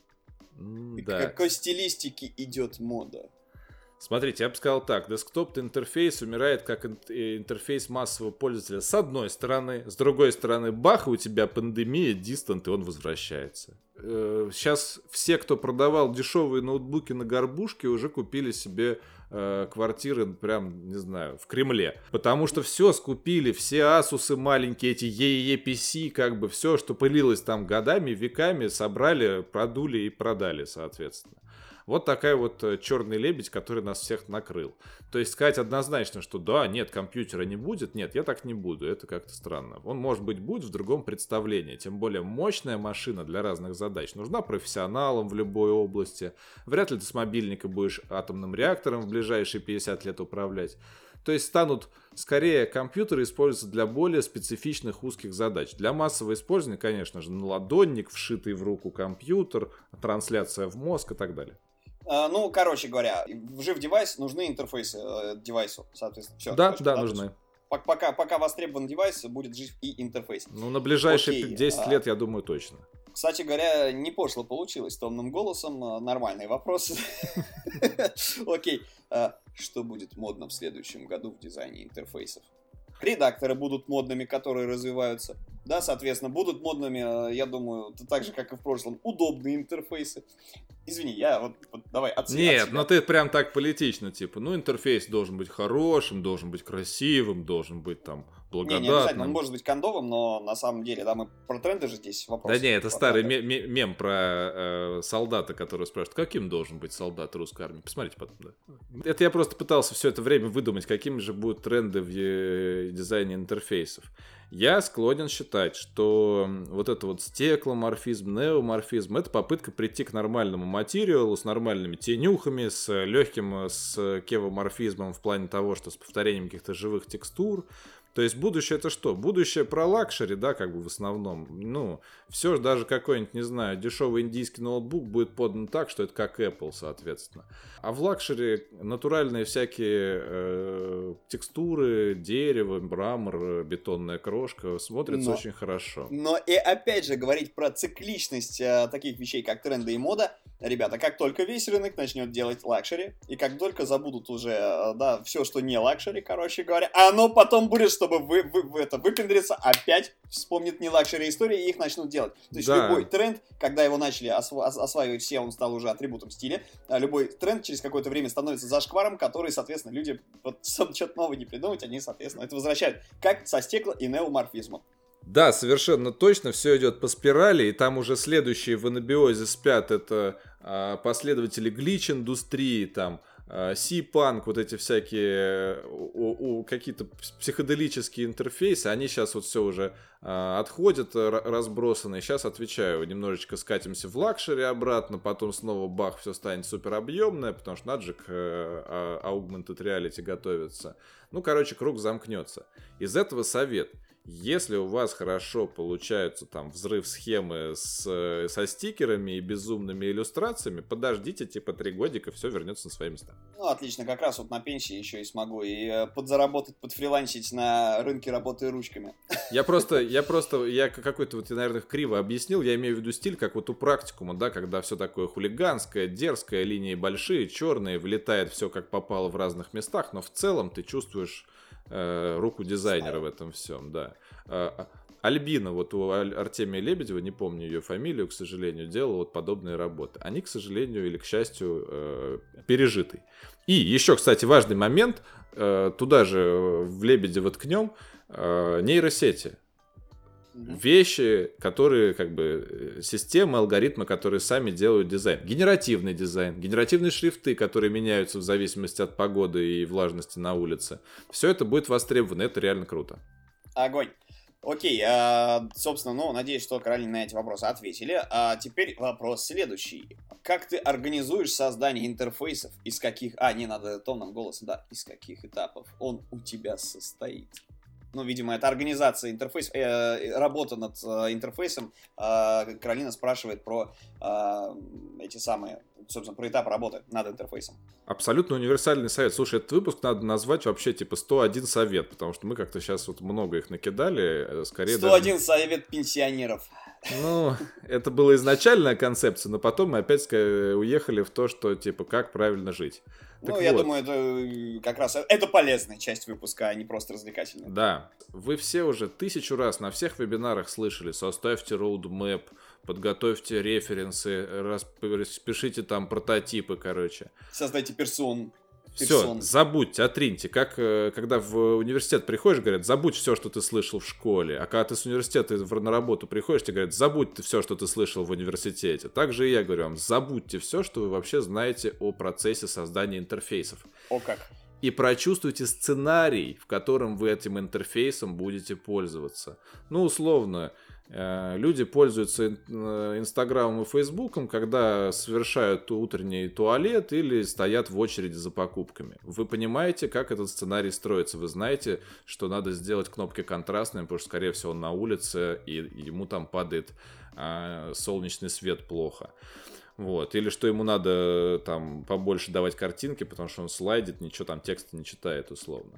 И к какой стилистике идет мода? Смотрите, я бы сказал так. Десктопный интерфейс умирает как интерфейс массового пользователя с одной стороны. С другой стороны, бах, у тебя пандемия, дистант, и он возвращается. Сейчас все, кто продавал дешевые ноутбуки на горбушке, уже купили себе квартиры, прям, не знаю, в Кремле. Потому что все скупили, все Asus'ы маленькие, эти EEE-PC, как бы все, что пылилось там годами, веками, собрали, продули и продали, соответственно. Вот такая вот черный лебедь, который нас всех накрыл. То есть сказать однозначно, что да, нет, компьютера не будет, нет, я так не буду, это как-то странно. Он, может быть, будет в другом представлении. Тем более мощная машина для разных задач нужна профессионалам в любой области. Вряд ли ты с мобильника будешь атомным реактором в ближайшие 50 лет управлять. То есть станут скорее компьютеры использоваться для более специфичных узких задач. Для массового использования, конечно же, наладонник, вшитый в руку компьютер, трансляция в мозг и так далее. Ну, короче говоря, вжив девайс, нужны интерфейсы девайсу, соответственно. Все, да, нужны. Пока востребован девайс, будет жив и интерфейс. Ну, на ближайшие 10 лет, я думаю, точно. Кстати говоря, не пошло получилось томным голосом. Нормальные вопросы. Окей. Что будет модно в следующем году в дизайне интерфейсов? Редакторы будут модными, которые развиваются. Да, соответственно, будут модными, я думаю, так же, как и в прошлом, удобные интерфейсы. Извини, я вот давай отсюда. Нет, но ты прям так политично, типа, ну, интерфейс должен быть хорошим, должен быть красивым, должен быть там благодатным. Не обязательно, он может быть кондовым, но на самом деле, да, мы про тренды же здесь вопрос. Да не, это старый мем про солдата, который спрашивает, каким должен быть солдат русской армии. Посмотрите потом, да. Это я просто пытался все это время выдумать, какими же будут тренды в дизайне интерфейсов. Я склонен считать, что вот это вот стекломорфизм, неоморфизм — это попытка прийти к нормальному материалу, с нормальными тенюхами, с легким кевоморфизмом в плане того, что с повторением каких-то живых текстур. То есть будущее — это что? Будущее про лакшери, да, как бы в основном. Ну, все, даже какой-нибудь, не знаю, дешевый индийский ноутбук будет подан так, что это как Apple, соответственно. А в лакшери натуральные всякие текстуры, дерево, мрамор, бетонная крошка смотрятся очень хорошо. Но и опять же говорить про цикличность таких вещей, как тренды и мода, ребята, как только весь рынок начнет делать лакшери, и как только забудут уже, да, все, что не лакшери, короче говоря, оно потом будет, чтобы выпендриться, опять вспомнит не лакшери истории, и их начнут делать. То есть любой тренд, когда его начали осваивать все, он стал уже атрибутом стиля, любой тренд через какое-то время становится зашкваром, который, соответственно, люди, вот, чтобы что-то новое не придумать, они, соответственно, это возвращают, как со стекла и неоморфизмом. Да, совершенно точно, все идет по спирали, и там уже следующие в анабиозе спят, это последователи глич-индустрии, там, C-Punk, вот эти всякие какие-то психоделические интерфейсы, они сейчас вот все уже отходят разбросанные. Сейчас, отвечаю, немножечко скатимся в лакшери обратно, потом снова бах, все станет супер объемное, потому что надо же к augmented reality готовиться. Ну, короче, круг замкнется. Из этого совет. Если у вас хорошо получаются там взрыв схемы со стикерами и безумными иллюстрациями, подождите типа 3 годика, все вернется на свои места. Ну, отлично, как раз вот на пенсии еще и смогу и подзаработать, подфрилансить на рынке работы ручками. Я какой-то вот, наверное, криво объяснил, я имею в виду стиль, как вот у практикума, да, когда все такое хулиганское, дерзкое, линии большие, черные, влетает все как попало в разных местах, но в целом ты чувствуешь руку дизайнера в этом всем, да. Альбина, вот у Артемия Лебедева, не помню ее фамилию, к сожалению, делала вот подобные работы. Они, к сожалению или к счастью, пережиты. И еще, кстати, важный момент, туда же в Лебедева ткнем, нейросети. Вещи, которые, как бы, системы, алгоритмы, которые сами делают дизайн. Генеративный дизайн, генеративные шрифты, которые меняются в зависимости от погоды и влажности на улице. Все это будет востребовано, это реально круто. Огонь. Окей, собственно, ну, надеюсь, что Каролина на эти вопросы ответили. А теперь вопрос следующий. Как ты организуешь создание интерфейсов? Из каких... не надо тонным голосом, да. Из каких этапов он у тебя состоит? Ну, видимо, это организация интерфейсов, работа над интерфейсом. Каролина спрашивает про эти самые, собственно, про этап работы над интерфейсом. Абсолютно универсальный совет. Слушай, этот выпуск надо назвать вообще типа 101 совет, потому что мы как-то сейчас вот много их накидали. Скорее 101 даже... совет пенсионеров. Ну, это была изначальная концепция, но потом мы опять уехали в то, что типа как правильно жить. Ну, я думаю, это как раз это полезная часть выпуска, а не просто развлекательная. Да. Вы все уже 1000 раз на всех вебинарах слышали: составьте roadmap, подготовьте референсы, распишите там прототипы, короче. Создайте персон. Все, забудьте, отриньте. Как когда в университет приходишь, говорят, забудь все, что ты слышал в школе. А когда ты с университета на работу приходишь, тебе говорят, забудь ты все, что ты слышал в университете. Также и я говорю вам, забудьте все, что вы вообще знаете о процессе создания интерфейсов. О как. И прочувствуйте сценарий, в котором вы этим интерфейсом будете пользоваться. Ну, условно, люди пользуются Инстаграмом и Фейсбуком, когда совершают утренний туалет или стоят в очереди за покупками. Вы понимаете, как этот сценарий строится. Вы знаете, что надо сделать кнопки контрастными, потому что, скорее всего, он на улице, и ему там падает солнечный свет плохо. Вот. Или что ему надо там побольше давать картинки, потому что он слайдит, ничего там текста не читает условно.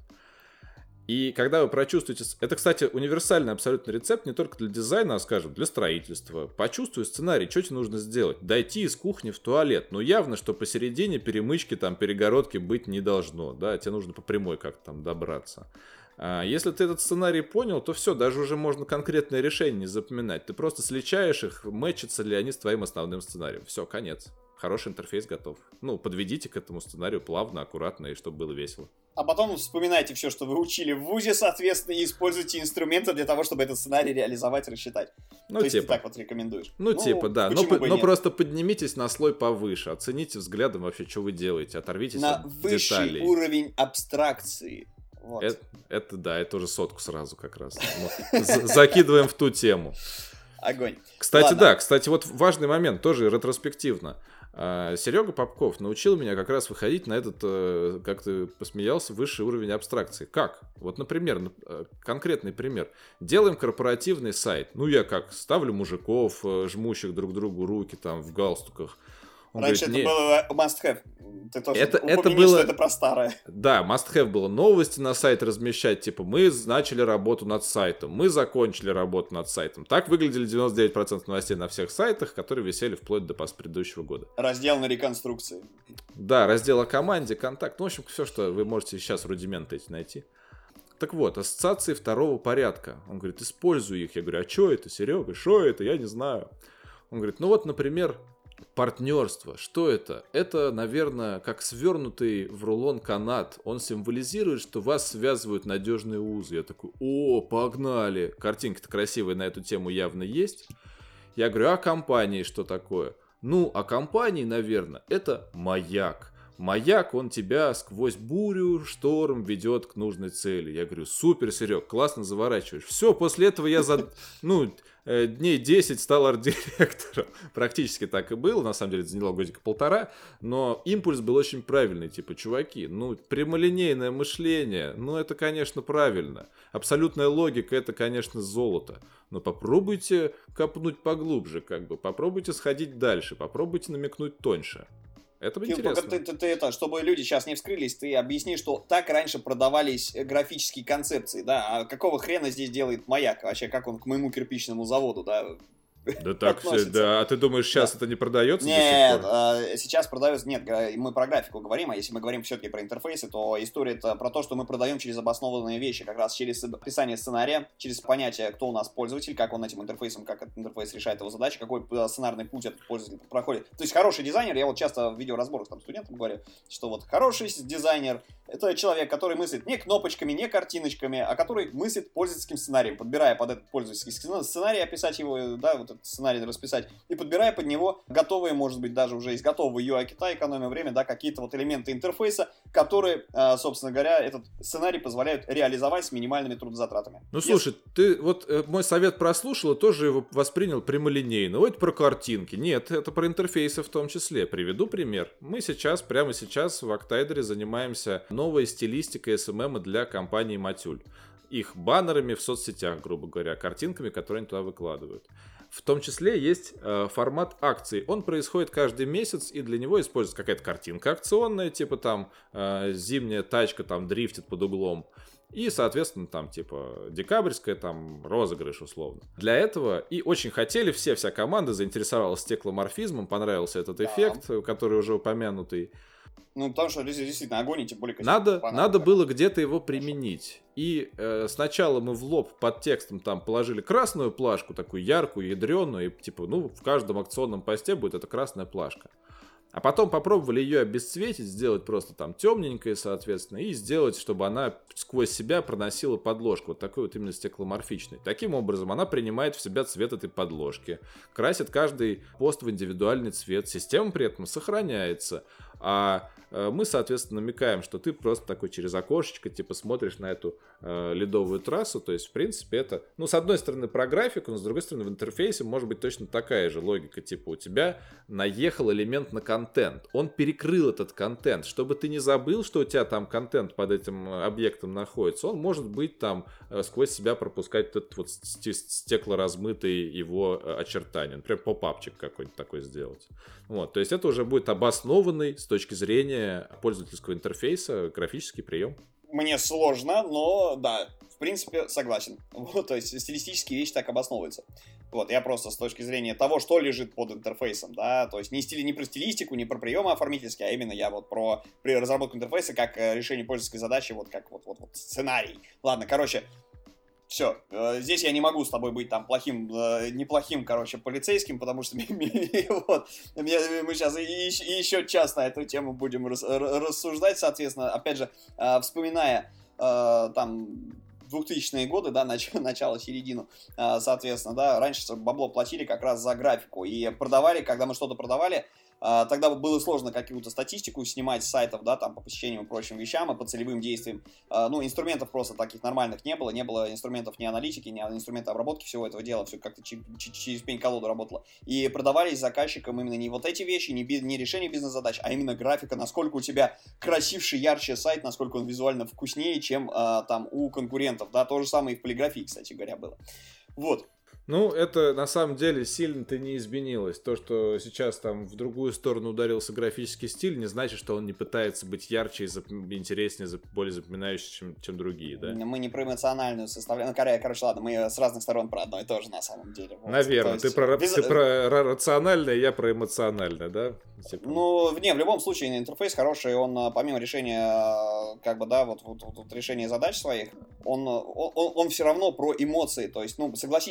И когда вы прочувствуете... Это, кстати, универсальный абсолютно рецепт не только для дизайна, а, скажем, для строительства. Почувствуй сценарий, что тебе нужно сделать. Дойти из кухни в туалет. Но явно, что посередине перемычки, там, перегородки быть не должно. Да? Тебе нужно по прямой как-то там добраться. Если ты этот сценарий понял, то все, даже уже можно конкретное решение не запоминать. Ты просто сличаешь их, мэчатся ли они с твоим основным сценарием. Все, конец. Хороший интерфейс готов. Ну, подведите к этому сценарию плавно, аккуратно, и чтобы было весело. А потом вспоминайте все, что вы учили в ВУЗе, соответственно, и используйте инструменты для того, чтобы этот сценарий реализовать, рассчитать. Ну, то типа. есть ты так вот рекомендуешь. Ну, типа, да. Но просто поднимитесь на слой повыше. Оцените взглядом вообще, что вы делаете. Оторвитесь от деталей. На высший уровень абстракции. Вот. Это да, это уже 100 сразу как раз. Закидываем в ту тему. Огонь. Кстати, Ладно. да, кстати, вот важный момент, тоже ретроспективно. Серега Попков научил меня как раз выходить на этот, как ты посмеялся, высший уровень абстракции. Как? Вот, например, конкретный пример. Делаем корпоративный сайт. Ну, я как? Ставлю мужиков, жмущих друг другу руки там в галстуках. Он раньше говорит, это было must-have. Ты тоже это упомяни, было... что это про старое. Да, must-have было новости на сайт размещать, типа мы начали работу над сайтом, мы закончили работу над сайтом. Так выглядели 99% новостей на всех сайтах, которые висели вплоть до предыдущего года. Раздел на реконструкции. Да, раздел о команде, контакт, ну, в общем, все, что вы можете сейчас рудименты эти найти. Так вот, ассоциации второго порядка. Он говорит, используй их. Я говорю, а что это, Серега, что это, я не знаю. Он говорит, ну вот, например, Партнерство. Что это? Это, наверное, как свернутый в рулон канат. Он символизирует, что вас связывают надежные узы. Я такой, о, погнали. Картинка-то красивая на эту тему явно есть. Я говорю, а компании что такое? Ну, а компании, наверное, это маяк. Маяк, он тебя сквозь бурю, шторм ведет к нужной цели. Я говорю, супер, Серег, классно заворачиваешь. Все, после этого я дней 10 стал арт-директором. Практически так и было, на самом деле это заняло годика полтора, но импульс был очень правильный, типа, чуваки, прямолинейное мышление, это, конечно, правильно. Абсолютная логика, это, конечно, золото. Но попробуйте копнуть поглубже, попробуйте сходить дальше, попробуйте намекнуть тоньше. Это интересно. Ты чтобы люди сейчас не вскрылись, ты объясни, что так раньше продавались графические концепции, да? А какого хрена здесь делает маяк? Вообще, как он к моему кирпичному заводу, да? Да так все, да. А ты думаешь, сейчас это не продается? Нет, сейчас продается. Нет, мы про графику говорим, а если мы говорим все-таки про интерфейсы, то история это про то, что мы продаем через обоснованные вещи, как раз через описание сценария, через понятие, кто у нас пользователь, как он этим интерфейсом, как этот интерфейс решает его задачи, какой сценарный путь этот пользователь проходит. То есть хороший дизайнер, я вот часто в видеоразборах там студентам говорю, что вот хороший дизайнер это человек, который мыслит не кнопочками, не картиночками, а который мыслит пользовательским сценарием, подбирая под этот пользовательский сценарий, описать его, да, вот этот сценарий расписать, и подбирая под него готовые, может быть, даже уже из готового UI-кита, экономя время, да, какие-то вот элементы интерфейса, которые, собственно говоря, этот сценарий позволяют реализовать с минимальными трудозатратами. Слушай, ты вот мой совет прослушал и тоже его воспринял прямолинейно. Это про картинки. Нет, это про интерфейсы в том числе. Приведу пример. Мы прямо сейчас в Octidre занимаемся новой стилистикой SMM для компании Матюль. Их баннерами в соцсетях, грубо говоря, картинками, которые они туда выкладывают. В том числе есть формат акций. Он происходит каждый месяц, и для него используется какая-то картинка акционная, типа там зимняя тачка там дрифтит под углом. И, соответственно, там, типа, декабрьская, там, розыгрыш, условно. Для этого и очень хотели, вся команда заинтересовалась стекломорфизмом, понравился этот эффект, который уже упомянутый. Потому что действительно огонь, и тем более... Надо было где-то его применить. И сначала мы в лоб под текстом там положили красную плашку, такую яркую, ядреную, и типа, в каждом акционном посте будет эта красная плашка. А потом попробовали ее обесцветить, сделать просто там темненькой, соответственно, и сделать, чтобы она сквозь себя проносила подложку, вот такой вот именно стекломорфичный. Таким образом, она принимает в себя цвет этой подложки, красит каждый пост в индивидуальный цвет, система при этом сохраняется, а мы, соответственно, намекаем, что ты просто такой через окошечко, типа, смотришь на эту ледовую трассу, то есть, в принципе, это, с одной стороны, про графику, но с другой стороны, в интерфейсе может быть точно такая же логика, типа, у тебя наехал элемент на контент, он перекрыл этот контент, чтобы ты не забыл, что у тебя там контент под этим объектом находится, он может быть там сквозь себя пропускать этот вот стеклоразмытый его очертания, например, поп-апчик какой-нибудь такой сделать. Вот, то есть это уже будет обоснованный с точки зрения пользовательского интерфейса графический прием. Мне сложно, но да, в принципе согласен. То есть стилистические вещи так обосновываются. Я просто с точки зрения того, что лежит под интерфейсом, да, то есть не про стилистику, не про приемы оформительские, а именно я при разработке интерфейса как решение пользовательской задачи, как сценарий. Ладно, все, здесь я не могу с тобой быть там неплохим, полицейским, потому что мы сейчас еще час на эту тему будем рассуждать, соответственно, опять же, вспоминая там 2000-е годы, да, начало, середину, соответственно, да, раньше бабло платили как раз за графику, и продавали, когда мы что-то продавали, тогда было сложно какую-то статистику снимать с сайтов, да, там, по посещениям и прочим вещам, и по целевым действиям. Инструментов просто таких нормальных не было инструментов ни аналитики, ни инструмента обработки всего этого дела, все как-то через пень-колоду работало. И продавались заказчикам именно не вот эти вещи, не решение бизнес-задач, а именно графика, насколько у тебя красивший, ярче сайт, насколько он визуально вкуснее, чем там у конкурентов, да, то же самое и в полиграфии, кстати говоря, было. Это на самом деле сильно-то не изменилось. То, что сейчас там в другую сторону ударился графический стиль, не значит, что он не пытается быть ярче, интереснее, более запоминающим, чем другие, да? Мы не про эмоциональную составляющую. Ладно, мы с разных сторон про одно и то же на самом деле. Наверное. Ты про рациональное, я про эмоциональное, да? В любом случае интерфейс хороший, он помимо решения, решения задач своих, он все равно про эмоции. То есть, согласись,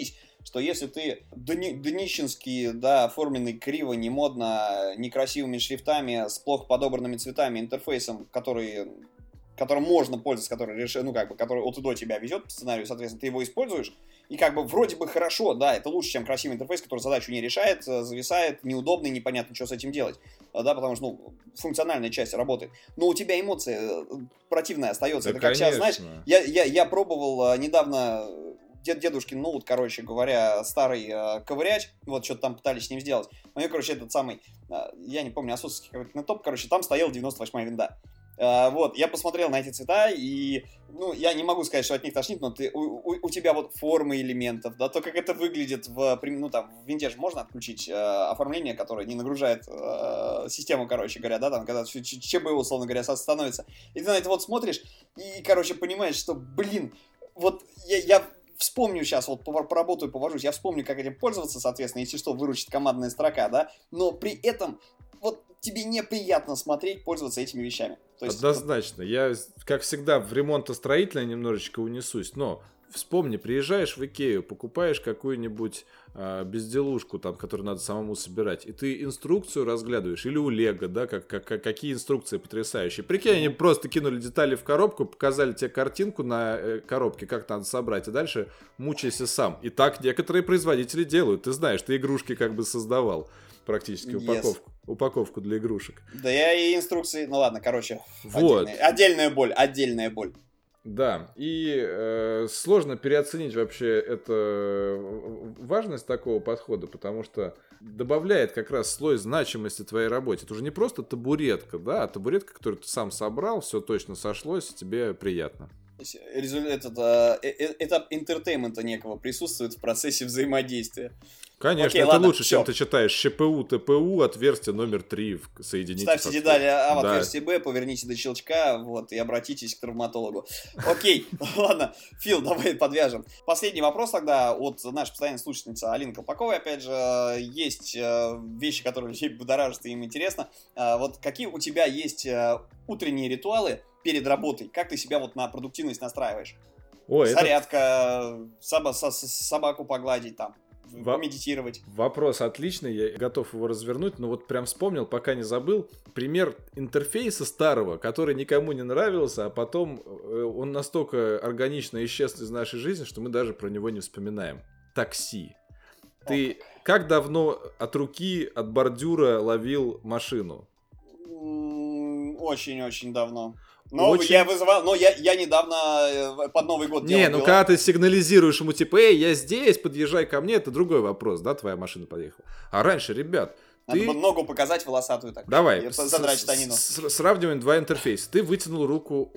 что если ты днищенский, да, оформленный криво, не модно, некрасивыми шрифтами, с плохо подобранными цветами, интерфейсом, которым можно пользоваться, который от и до тебя везет по сценарию, соответственно, ты его используешь, и как бы вроде бы хорошо, да, это лучше, чем красивый интерфейс, который задачу не решает, зависает, неудобный, непонятно, что с этим делать, да, потому что, функциональная часть работает. Но у тебя эмоция противная остается. Да, это как конечно. сейчас, знаешь, я пробовал недавно дедушкин ноут, короче говоря, старый ковыряч, вот, что-то там пытались с ним сделать. У него, короче, этот самый, я не помню, асусовский какой-то топ, короче, там стояла 98-я винда. Вот, я посмотрел на эти цвета, и, я не могу сказать, что от них тошнит, но у тебя вот формы элементов, да, то, как это выглядит в винде же можно отключить оформление, которое не нагружает систему, короче говоря, да, там, когда ЧБ, условно говоря, становится. И ты на это вот смотришь, и, короче, понимаешь, что, блин, вот я вспомню сейчас, вот поработаю, повожусь, я вспомню, как этим пользоваться, соответственно, если что, выручит командная строка, да, но при этом вот тебе неприятно смотреть, пользоваться этими вещами. То есть, однозначно. Я, как всегда, в ремонтостроительное немножечко унесусь, но вспомни, приезжаешь в Икею, покупаешь какую-нибудь безделушку, там, которую надо самому собирать, и ты инструкцию разглядываешь, или у Лего, да, какие инструкции потрясающие. Прикинь, они просто кинули детали в коробку, показали тебе картинку на коробке, как надо собрать, и дальше мучайся сам. И так некоторые производители делают. Ты знаешь, ты игрушки как бы создавал. Практически упаковку для игрушек. Да я и инструкции, ладно, короче, вот. Отдельная боль. Да, и сложно переоценить вообще важность такого подхода, потому что добавляет как раз слой значимости твоей работе. Это уже не просто табуретка, да, а табуретка, которую ты сам собрал, все точно сошлось, тебе приятно. Этап интертеймента некого присутствует в процессе взаимодействия. Конечно, окей, это ладно, лучше, чем ты читаешь ШПУ, ТПУ, отверстие номер 3, соедините. Ставьте детали А в отверстие Б, поверните до щелчка, вот, и обратитесь к травматологу. Окей, ладно, Фил, давай подвяжем. Последний вопрос тогда от нашей постоянной слушательницы Алины Колпаковой, опять же, есть вещи, которые людей будоражат и им интересно. Вот какие у тебя есть утренние ритуалы перед работой? Как ты себя вот на продуктивность настраиваешь? Зарядка, собаку погладить там. Помедитировать. Вопрос отличный, я готов его развернуть, но вот прям вспомнил, пока не забыл, пример интерфейса старого, который никому не нравился, а потом он настолько органично исчез из нашей жизни, что мы даже про него не вспоминаем. Такси. Ты как давно от руки, от бордюра ловил машину? Очень-очень давно. Я вызывал, я недавно под Новый год делал. Когда ты сигнализируешь ему, типа, я здесь, подъезжай ко мне, это другой вопрос, да, твоя машина подъехала. А раньше, ребят, надо бы ногу показать волосатую так. Давай, задрать штанину. Сравниваем два интерфейса. Ты вытянул руку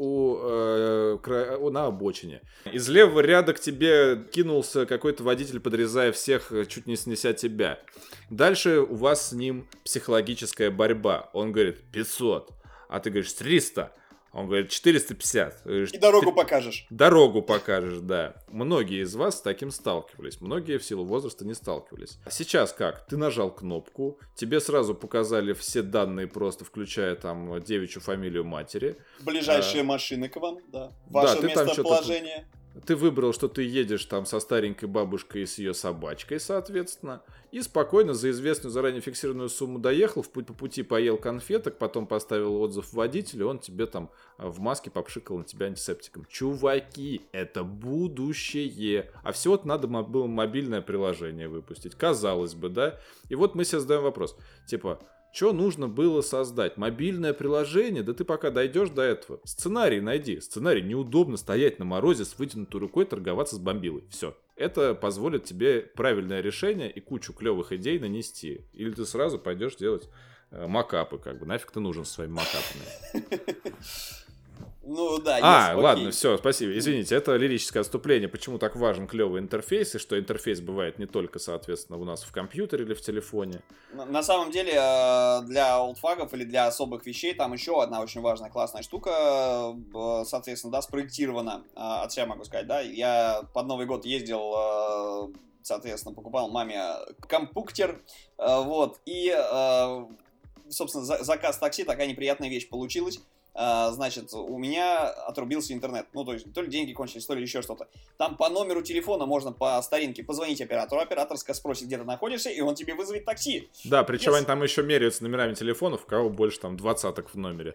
на обочине. Из левого ряда к тебе кинулся какой-то водитель, подрезая всех, чуть не снеся тебя. Дальше у вас с ним психологическая борьба. Он говорит 500, а ты говоришь 300. Он говорит 450. И дорогу покажешь. Дорогу покажешь, да. Многие из вас с таким сталкивались. Многие в силу возраста не сталкивались. А сейчас как? Ты нажал кнопку, тебе сразу показали все данные просто, включая там девичью фамилию матери. Ближайшие машины к вам, да. Ваше местоположение. Ты выбрал, что ты едешь там со старенькой бабушкой и с ее собачкой, соответственно, и спокойно за известную заранее фиксированную сумму доехал, по пути поел конфеток, потом поставил отзыв водителю, он тебе там в маске попшикал на тебя антисептиком. Чуваки, это будущее. А всего-то надо было мобильное приложение выпустить, казалось бы, да? И вот мы себе задаем вопрос, типа... Что нужно было создать? Мобильное приложение? Да ты пока дойдешь до этого. Сценарий найди. Сценарий неудобно стоять на морозе с вытянутой рукой, торговаться с бомбилой. Все. Это позволит тебе правильное решение и кучу клевых идей нанести. Или ты сразу пойдешь делать макапы, как бы. Нафиг ты нужен со своими макапами? Ладно, все, спасибо. Извините, это лирическое отступление. Почему так важен клевый интерфейс, и что интерфейс бывает не только, соответственно, у нас в компьютере или в телефоне. На самом деле, для олдфагов или для особых вещей там еще одна очень важная, классная штука, соответственно, да, спроектирована. От себя могу сказать, да. Я под Новый год ездил, соответственно, покупал маме компьютер, вот, и... собственно, заказ такси, такая неприятная вещь получилась. значит, у меня отрубился интернет. Ну, то есть, то ли деньги кончились, то ли еще что-то. Там по номеру телефона можно по старинке позвонить оператору. Оператор спросит, где ты находишься, и он тебе вызовет такси. Да, причем они там еще меряются номерами телефонов, у кого больше там 20-ок в номере.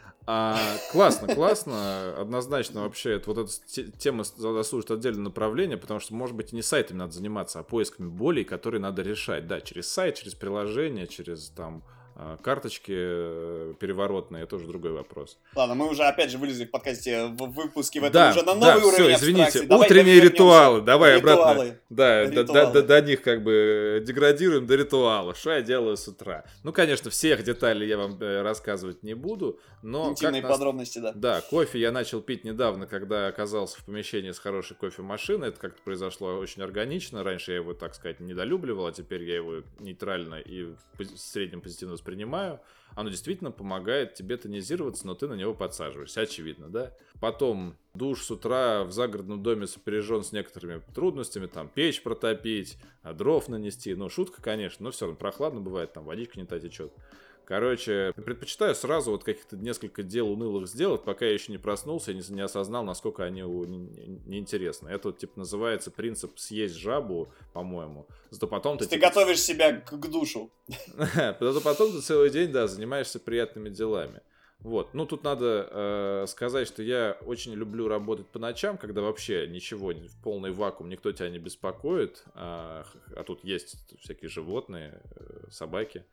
Классно, однозначно вообще вот эта тема заслужит отдельное направление, потому что, может быть, и не сайтами надо заниматься, а поисками болей, которые надо решать. Да, через сайт, через приложение, через там карточки переворотные, это уже другой вопрос. Ладно, мы уже опять же вылезли в подкасте в выпуске в этом уже на новый все, уровень извините, абстракции. утренние ритуалы, давай ритуалы. Обратно. Да, до них как бы деградируем до ритуала. Что я делаю с утра? Ну, конечно, всех деталей я вам рассказывать не буду, но... Интимные подробности, да. Да, кофе я начал пить недавно, когда оказался в помещении с хорошей кофемашиной. Это как-то произошло очень органично. Раньше я его, так сказать, недолюбливал, а теперь я его нейтрально и в среднем позитивно воспринимаю. Оно действительно помогает тебе тонизироваться, но ты на него подсаживаешься, очевидно, да? Потом душ с утра в загородном доме сопряжен с некоторыми трудностями, там печь протопить, дров нанести. Ну, шутка, конечно, но все равно прохладно бывает, там водичка не та течет. Короче, предпочитаю сразу вот каких-то несколько дел унылых сделать, пока я еще не проснулся и не осознал, насколько они неинтересны. Это вот, типа, называется принцип съесть жабу, по-моему. Зато потом ты готовишь себя к душу. Зато потом ты целый день, да, занимаешься приятными делами. Вот, ну тут надо сказать, что я очень люблю работать по ночам, когда вообще ничего, в полный вакуум, никто тебя не беспокоит, а тут есть всякие животные, собаки.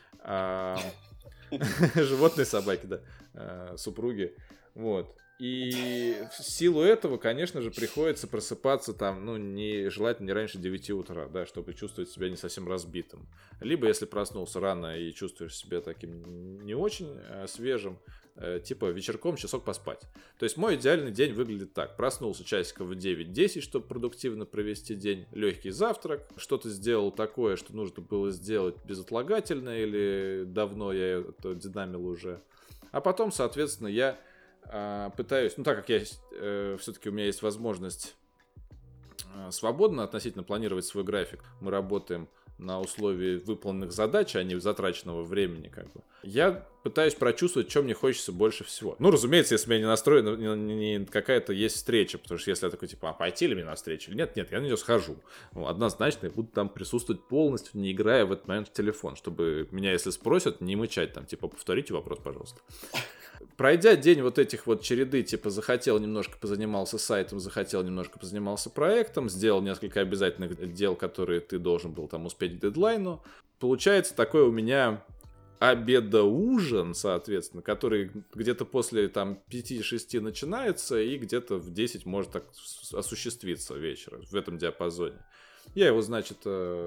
Животные, собаки, да, супруги, вот. И в силу этого, конечно же, приходится просыпаться там, ну, желательно не раньше 9 утра, да, чтобы чувствовать себя не совсем разбитым. Либо, если проснулся рано и чувствуешь себя таким не очень свежим, типа вечерком часок поспать. То есть мой идеальный день выглядит так. Проснулся часиков в 9-10, чтобы продуктивно провести день. Легкий завтрак. Что-то сделал такое, что нужно было сделать безотлагательно, или давно я это динамил уже. А потом, соответственно, я пытаюсь, ну так как я все-таки у меня есть возможность свободно относительно планировать свой график, мы работаем на условии выполненных задач, а не затраченного времени, как бы. Я пытаюсь прочувствовать, что мне хочется больше всего. Ну, разумеется, если у меня не настроена не какая-то есть встреча, потому что если я такой, типа, пойти ли мне на встречу? Нет, я на нее схожу. Ну, однозначно я буду там присутствовать полностью, не играя в этот момент в телефон, чтобы меня, если спросят, не мычать там, типа, повторите вопрос, пожалуйста. Пройдя день вот этих вот череды, типа, захотел немножко позанимался сайтом, захотел немножко позанимался проектом, сделал несколько обязательных дел, которые ты должен был там успеть к дедлайну, получается такой у меня обеда-ужин, соответственно, который где-то после там 5-6 начинается и где-то в 10 может так осуществиться вечером в этом диапазоне. Я его, значит,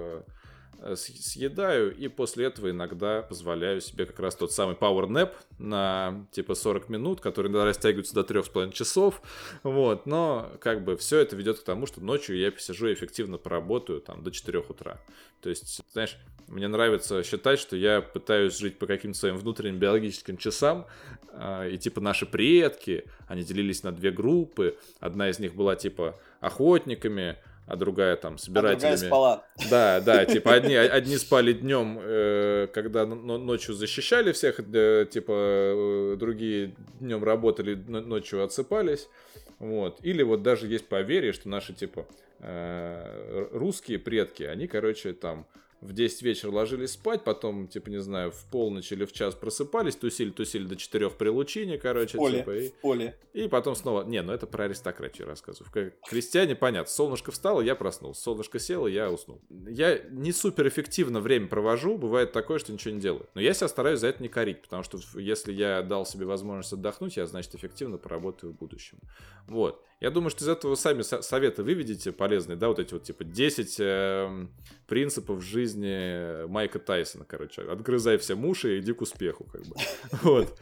съедаю, и после этого иногда позволяю себе как раз тот самый power nap на типа 40 минут, который иногда растягивается до 3,5 часов, вот, но как бы все это ведет к тому, что ночью я посижу и эффективно поработаю там до 4 утра. То есть, знаешь, мне нравится считать, что я пытаюсь жить по каким-то своим внутренним биологическим часам, и типа наши предки, они делились на две группы, одна из них была типа охотниками, а другая там собирателями. А другая спала. Да, типа одни спали днем, когда ночью защищали всех, типа другие днем работали, ночью отсыпались. Вот. Или вот даже есть поверье, что наши типа русские предки, они, короче, там в 10 вечера ложились спать, потом, типа, не знаю, в полночь или в час просыпались, тусили до 4 при лучине, короче. В поле. И потом снова... Не, ну это про аристократию рассказываю. Крестьяне, понятно, солнышко встало, я проснулся, солнышко село, я уснул. Я не супер эффективно время провожу, бывает такое, что ничего не делаю. Но я себя стараюсь за это не корить, потому что если я дал себе возможность отдохнуть, я, значит, эффективно поработаю в будущем. Вот. Я думаю, что из этого сами советы выведете полезные, да, вот эти вот, типа, 10 принципов жизни Майка Тайсона, короче. Отгрызай всем уши и иди к успеху, как бы. Вот.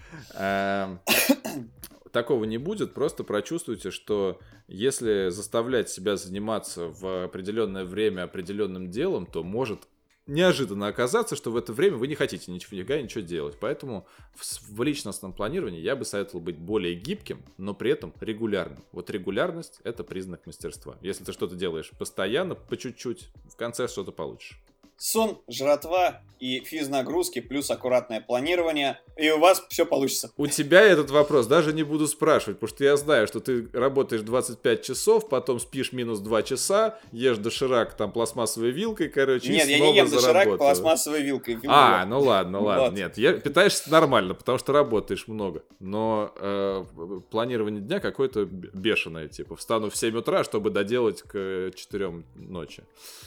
Такого не будет, просто прочувствуйте, что если заставлять себя заниматься в определенное время определенным делом, то может неожиданно оказаться, что в это время вы не хотите ничего делать. Поэтому в личностном планировании я бы советовал быть более гибким, но при этом регулярным. Вот регулярность — это признак мастерства. Если ты что-то делаешь постоянно, по чуть-чуть, в конце что-то получишь. сон, жратва и физнагрузки, плюс аккуратное планирование, и у вас все получится. У тебя этот вопрос даже не буду спрашивать, потому что я знаю, что ты работаешь 25 часов, потом спишь минус 2 часа, ешь доширак там пластмассовой вилкой, короче, Нет, и я снова не ем доширак заработал. пластмассовой вилкой. Ну ладно, Вот. нет, питаешься нормально, потому что работаешь много, но планирование дня какое-то бешеное, типа, встану в 7 утра, чтобы доделать к 4 ночи.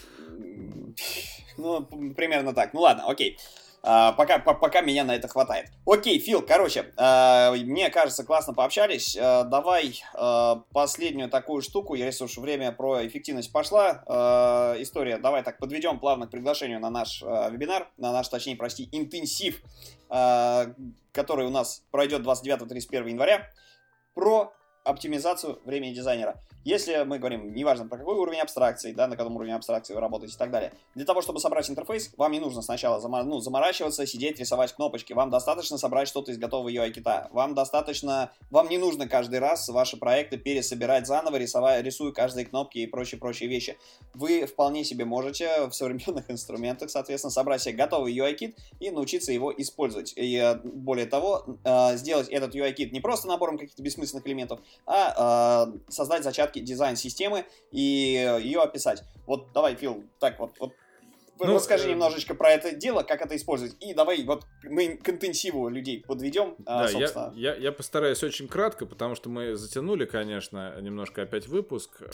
Ну, примерно так. Ну ладно, окей. Пока меня на это хватает. Окей, Фил, короче, мне кажется, классно пообщались. Давай последнюю такую штуку, если уж время про эффективность пошла. История, давай так подведем плавно к приглашению на наш вебинар, на наш, точнее, прости, интенсив, который у нас пройдет 29-31 января, про оптимизацию времени дизайнера. Если мы говорим, неважно про какой уровень абстракции, да, на каком уровне абстракции вы работаете и так далее, для того, чтобы собрать интерфейс, вам не нужно сначала заморачиваться, сидеть, рисовать кнопочки. Вам достаточно собрать что-то из готового UI-кита. Вам не нужно каждый раз ваши проекты пересобирать заново, рисуя каждые кнопки и прочие вещи. Вы вполне себе можете в современных инструментах, соответственно, собрать себе готовый UI-кит и научиться его использовать. И более того, сделать этот UI-кит не просто набором каких-то бессмысленных элементов, а создать зачатки дизайн-системы и ее описать. Вот давай, Фил, так вот расскажи немножечко про это дело, как это использовать. И давай вот мы к интенсиву людей подведем. Да, я постараюсь очень кратко, потому что мы затянули, конечно, немножко опять выпуск.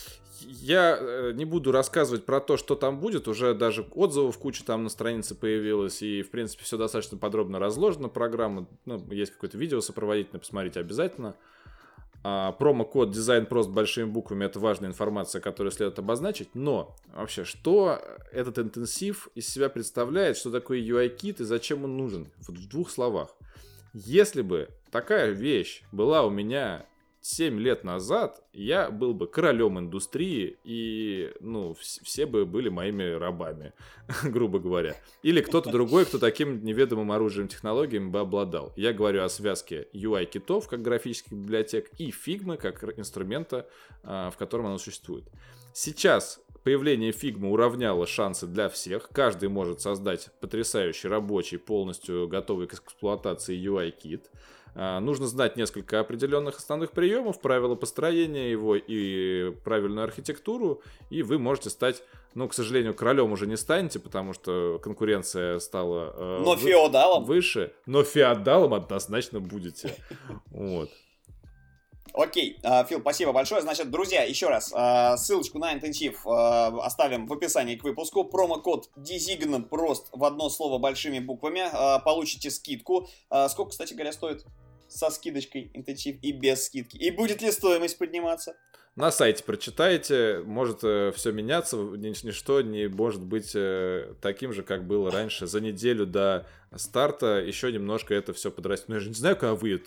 Я не буду рассказывать про то, что там будет. Уже даже отзывов куча там на странице появилось. И, в принципе, все достаточно подробно разложено. Программа, есть какое-то видео сопроводительное, посмотрите обязательно. Промокод DesignPro с большими буквами — это важная информация, которую следует обозначить. Но вообще, что этот интенсив из себя представляет, что такое UI-кит и зачем он нужен? Вот в 2 словах. Если бы такая вещь была у меня 7 лет назад, я был бы королем индустрии, и, все бы были моими рабами, грубо говоря. Или кто-то другой, кто таким неведомым оружием, технологиями бы обладал. Я говорю о связке UI-китов, как графических библиотек, и Figma, как инструмента, в котором оно существует. Сейчас появление Figma уравняло шансы для всех. Каждый может создать потрясающий, рабочий, полностью готовый к эксплуатации UI-кит. Нужно знать несколько определенных основных приемов, правила построения его и правильную архитектуру, и вы можете стать, к сожалению, королем уже не станете, потому что конкуренция стала феодалом выше, но феодалом однозначно будете. Вот. Окей, Фил, спасибо большое. Значит, друзья, еще раз, ссылочку на интенсив оставим в описании к выпуску. Промокод DESIGN в одно слово большими буквами. Получите скидку. Сколько, кстати говоря, стоит со скидочкой интенсив и без скидки? И будет ли стоимость подниматься? На сайте прочитайте, может все меняться, ничто не может быть таким же, как было раньше. За неделю до старта еще немножко это все подрастет. Я же не знаю, когда выйдет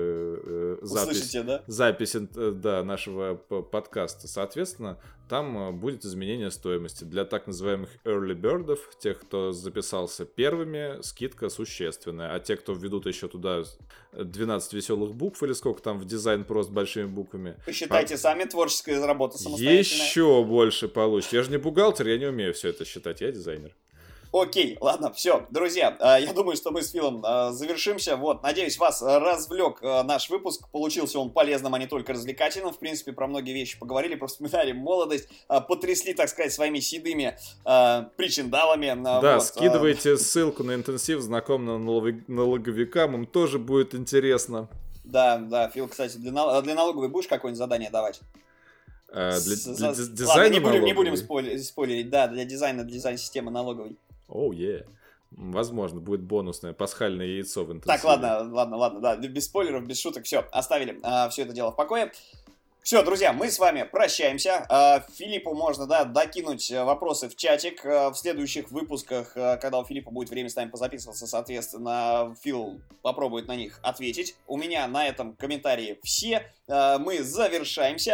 запись нашего подкаста. Соответственно, там будет изменение стоимости. Для так называемых early bird'ов, тех, кто записался первыми, скидка существенная. А те, кто введут еще туда 12 веселых букв, или сколько там в дизайн просто большими буквами. Посчитайте сами, творческая работа самостоятельная. Еще больше получите. Я же не бухгалтер, я не умею все это считать, я дизайнер. Окей, ладно, все, друзья, я думаю, что мы с Филом завершимся. Вот, надеюсь, вас развлек наш выпуск. Получился он полезным, а не только развлекательным. В принципе, про многие вещи поговорили, вспоминали молодость, потрясли, так сказать, своими седыми причиндалами. Да, вот. Скидывайте ссылку на интенсив знакомым налоговикам, им тоже будет интересно. Да, Фил, кстати, для налоговой будешь какое-нибудь задание давать? Для дизайна ладно, не будем спойлерить, да, для дизайн-системы налоговой. Возможно, будет бонусное пасхальное яйцо в интенсиве. Так, ладно, да, без спойлеров, без шуток, все, оставили все это дело в покое. Все, друзья, мы с вами прощаемся. Филиппу можно, докинуть вопросы в чатик. В следующих выпусках, когда у Филиппа будет время с нами позаписываться, соответственно, Фил попробует на них ответить. У меня на этом комментарии все. Мы завершаемся.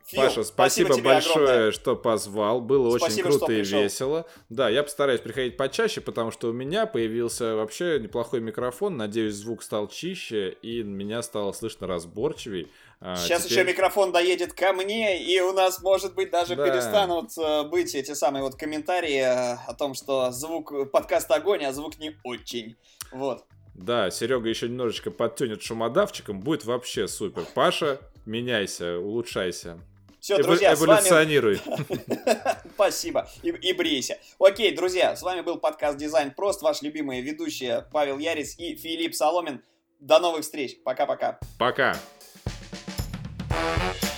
Фил, Паша, спасибо тебе большое, огромное. что позвал. Было Спасибо, очень круто и пришел. весело. Да, я постараюсь приходить почаще, потому что у меня появился вообще неплохой микрофон. Надеюсь, звук стал чище, и меня стало слышно разборчивей. Сейчас Теперь... еще микрофон доедет ко мне, и у нас, может быть, даже перестанут быть эти самые вот комментарии о том, что звук подкаста огонь, а звук не очень. Вот. Да, Серега еще немножечко подтянет шумодавчиком, будет вообще супер. Паша, меняйся, улучшайся. Все, друзья, эволюционируй. Спасибо. И брейся. Окей, друзья, с вами был подкаст «Дизайн прост», ваш любимый ведущие Павел Ярец и Филипп Соломин. До новых встреч. Пока-пока. Пока.